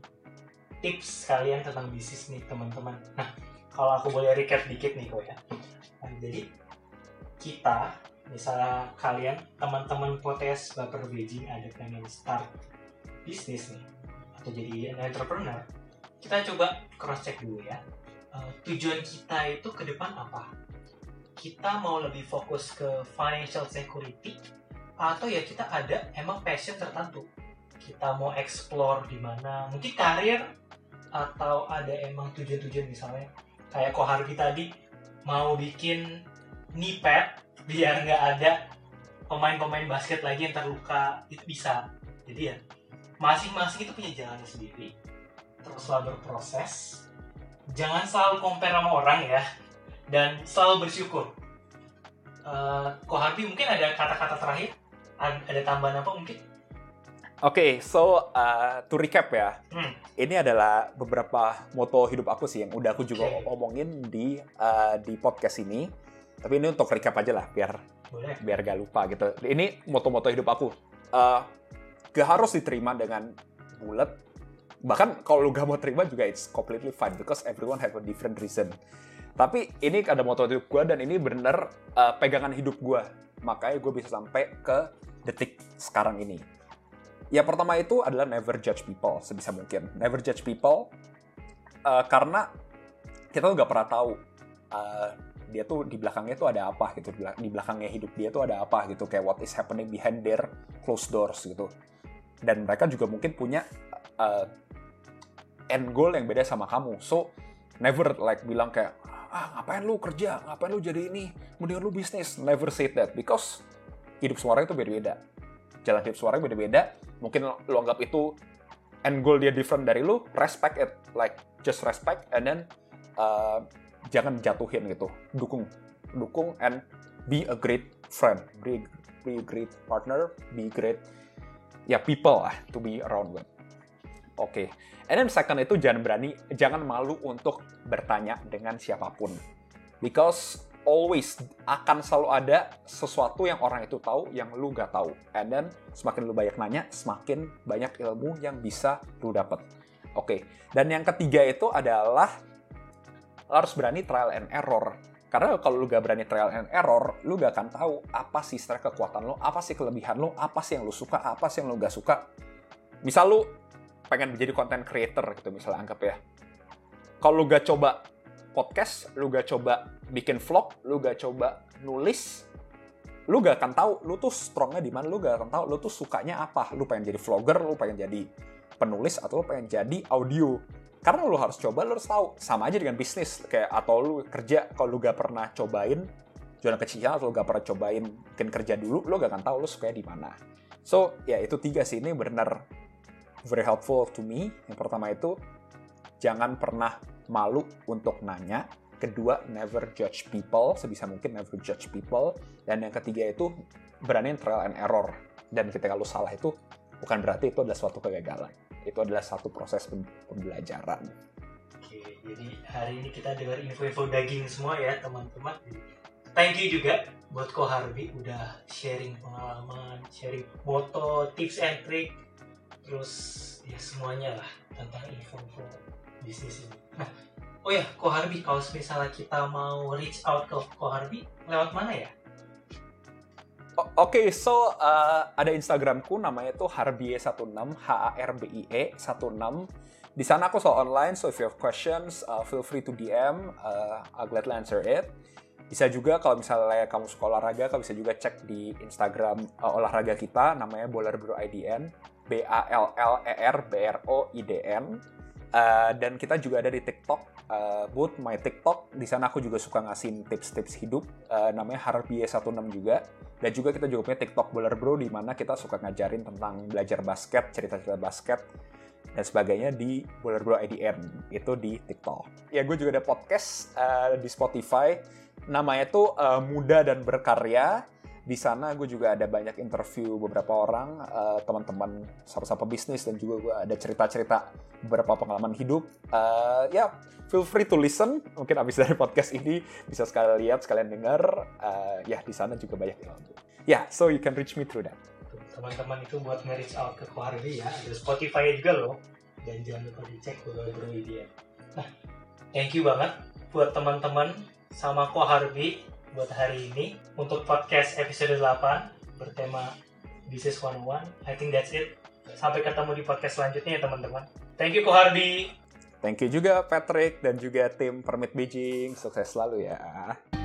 tips kalian tentang bisnis nih teman-teman. Nah, kalau aku boleh recap dikit nih kok ya. Nah, jadi kita, misalnya kalian teman-teman podcast Baper Beijing ada pengen start bisnis nih atau jadi entrepreneur, kita coba cross check dulu ya. Tujuan kita itu ke depan apa? Kita mau lebih fokus ke financial security, atau ya kita ada emang passion tertentu, kita mau explore di mana, mungkin karir, atau ada emang tujuan-tujuan misalnya kayak Koharbi tadi mau bikin knee pad biar nggak ada pemain-pemain basket lagi yang terluka, itu bisa. Jadi ya masing-masing itu punya jalan sendiri, teruslah berproses, jangan selalu compare sama orang ya, dan selalu bersyukur. Koharbi mungkin ada kata-kata terakhir? Ada tambahan apa mungkin? Oke, so to recap ya, ini adalah beberapa moto hidup aku sih yang udah aku juga omongin di podcast ini. Tapi ini untuk recap aja lah, biar gak lupa gitu. Ini moto-moto hidup aku. Gak harus diterima dengan bulat. Bahkan kalau lu gak mau terima juga it's completely fine because everyone have a different reason. Tapi ini ada moto hidup gue dan ini bener pegangan hidup gue. Makanya gue bisa sampai ke detik sekarang ini. Ya pertama itu adalah never judge people sebisa mungkin. Never judge people karena kita tuh gak pernah tahu dia tuh di belakangnya tuh ada apa gitu. Di belakangnya hidup dia tuh ada apa gitu. Kayak what is happening behind their closed doors gitu. Dan mereka juga mungkin punya end goal yang beda sama kamu. So never like bilang kayak ngapain lu kerja, ngapain lu jadi ini, mendingan lu bisnis. Never say that because hidup semua orang itu beda-beda. Jalan hidup semua orang beda-beda. Mungkin lu anggap itu end goal dia different dari lu, respect it, like just respect and then jangan jatuhin gitu, dukung dukung, and be a great friend, be a great partner, be great people lah to be around with. Oke. And then second itu jangan malu untuk bertanya dengan siapapun. Because always akan selalu ada sesuatu yang orang itu tahu yang lu gak tahu. And then semakin lu banyak nanya, semakin banyak ilmu yang bisa lu dapat. Oke. Dan yang ketiga itu adalah harus berani trial and error. Karena kalau lu gak berani trial and error, lu gak akan tahu apa sih strength kekuatan lu, apa sih kelebihan lu, apa sih yang lu suka, apa sih yang lu gak suka. Misal lu pengen menjadi content creator gitu misalnya, anggap ya. Kalau lu gak coba podcast, lu gak coba bikin vlog, lu gak coba nulis, lu gak akan tahu lu tuh strongnya di mana, lu gak akan tahu lu tuh sukanya apa. Lu pengen jadi vlogger, lu pengen jadi penulis, atau lu pengen jadi audio. Karena lu harus coba, lu harus tahu. Sama aja dengan bisnis, kayak atau lu kerja, kalau lu gak pernah cobain zona kecil, atau lu gak pernah cobain bikin kerja dulu, lu gak akan tahu lu sukanya di mana. So, ya itu 3 sih, ini benar very helpful to me. Yang pertama itu, jangan pernah malu untuk nanya. Kedua, never judge people. Sebisa mungkin never judge people. Dan yang ketiga itu, berani trial and error. Dan ketika lu salah itu, bukan berarti itu adalah suatu kegagalan. Itu adalah satu proses pembelajaran. Oke, jadi hari ini kita dengar info-info daging semua ya teman-teman. Thank you juga buat Ko Harbi udah sharing pengalaman, sharing moto, tips and trick, terus ya semuanya lah tentang info-info bisnis ini. Nah, oh ya, Ko Harbi, kalau misalnya kita mau reach out ke Ko Harbi, lewat mana ya? Oke, so ada Instagramku namanya tuh Harbie16, HARBIE 16. Di sana aku selalu online, so if you have questions, feel free to DM, I'll gladly answer it. Bisa juga kalau misalnya kamu suka olahraga, kamu bisa juga cek di Instagram olahraga kita, namanya BallerBroIDN, BALLERBROIDN. Dan kita juga ada di TikTok, both my TikTok. Di sana aku juga suka ngasih tips-tips hidup, namanya Harbie16 juga. Dan juga kita juga punya TikTok BallerBro, di mana kita suka ngajarin tentang belajar basket, cerita-cerita basket, dan sebagainya di BallerBroIDN, itu di TikTok. Ya, gue juga ada podcast di Spotify, namanya tuh Muda dan Berkarya. Di sana gue juga ada banyak interview beberapa orang, teman-teman sama-sama bisnis, dan juga gue ada cerita-cerita beberapa pengalaman hidup. Ya, feel free to listen. Mungkin abis dari podcast ini bisa sekalian lihat, sekalian dengar. Ya, di sana juga banyak ilmu. Ya, so you can reach me through that. Teman-teman itu buat nge-reach out ke Ko Harbi ya, ada Spotify juga loh. Dan jangan lupa dicek BallerBroIDN. Nah, thank you banget buat teman-teman sama Ko Harbi buat hari ini untuk podcast episode 8 bertema Business 101. I think that's it. Sampai ketemu di podcast selanjutnya ya teman-teman. Thank you Ko Harbi. Thank you juga Patrick dan juga tim Permit Beijing. Sukses selalu ya.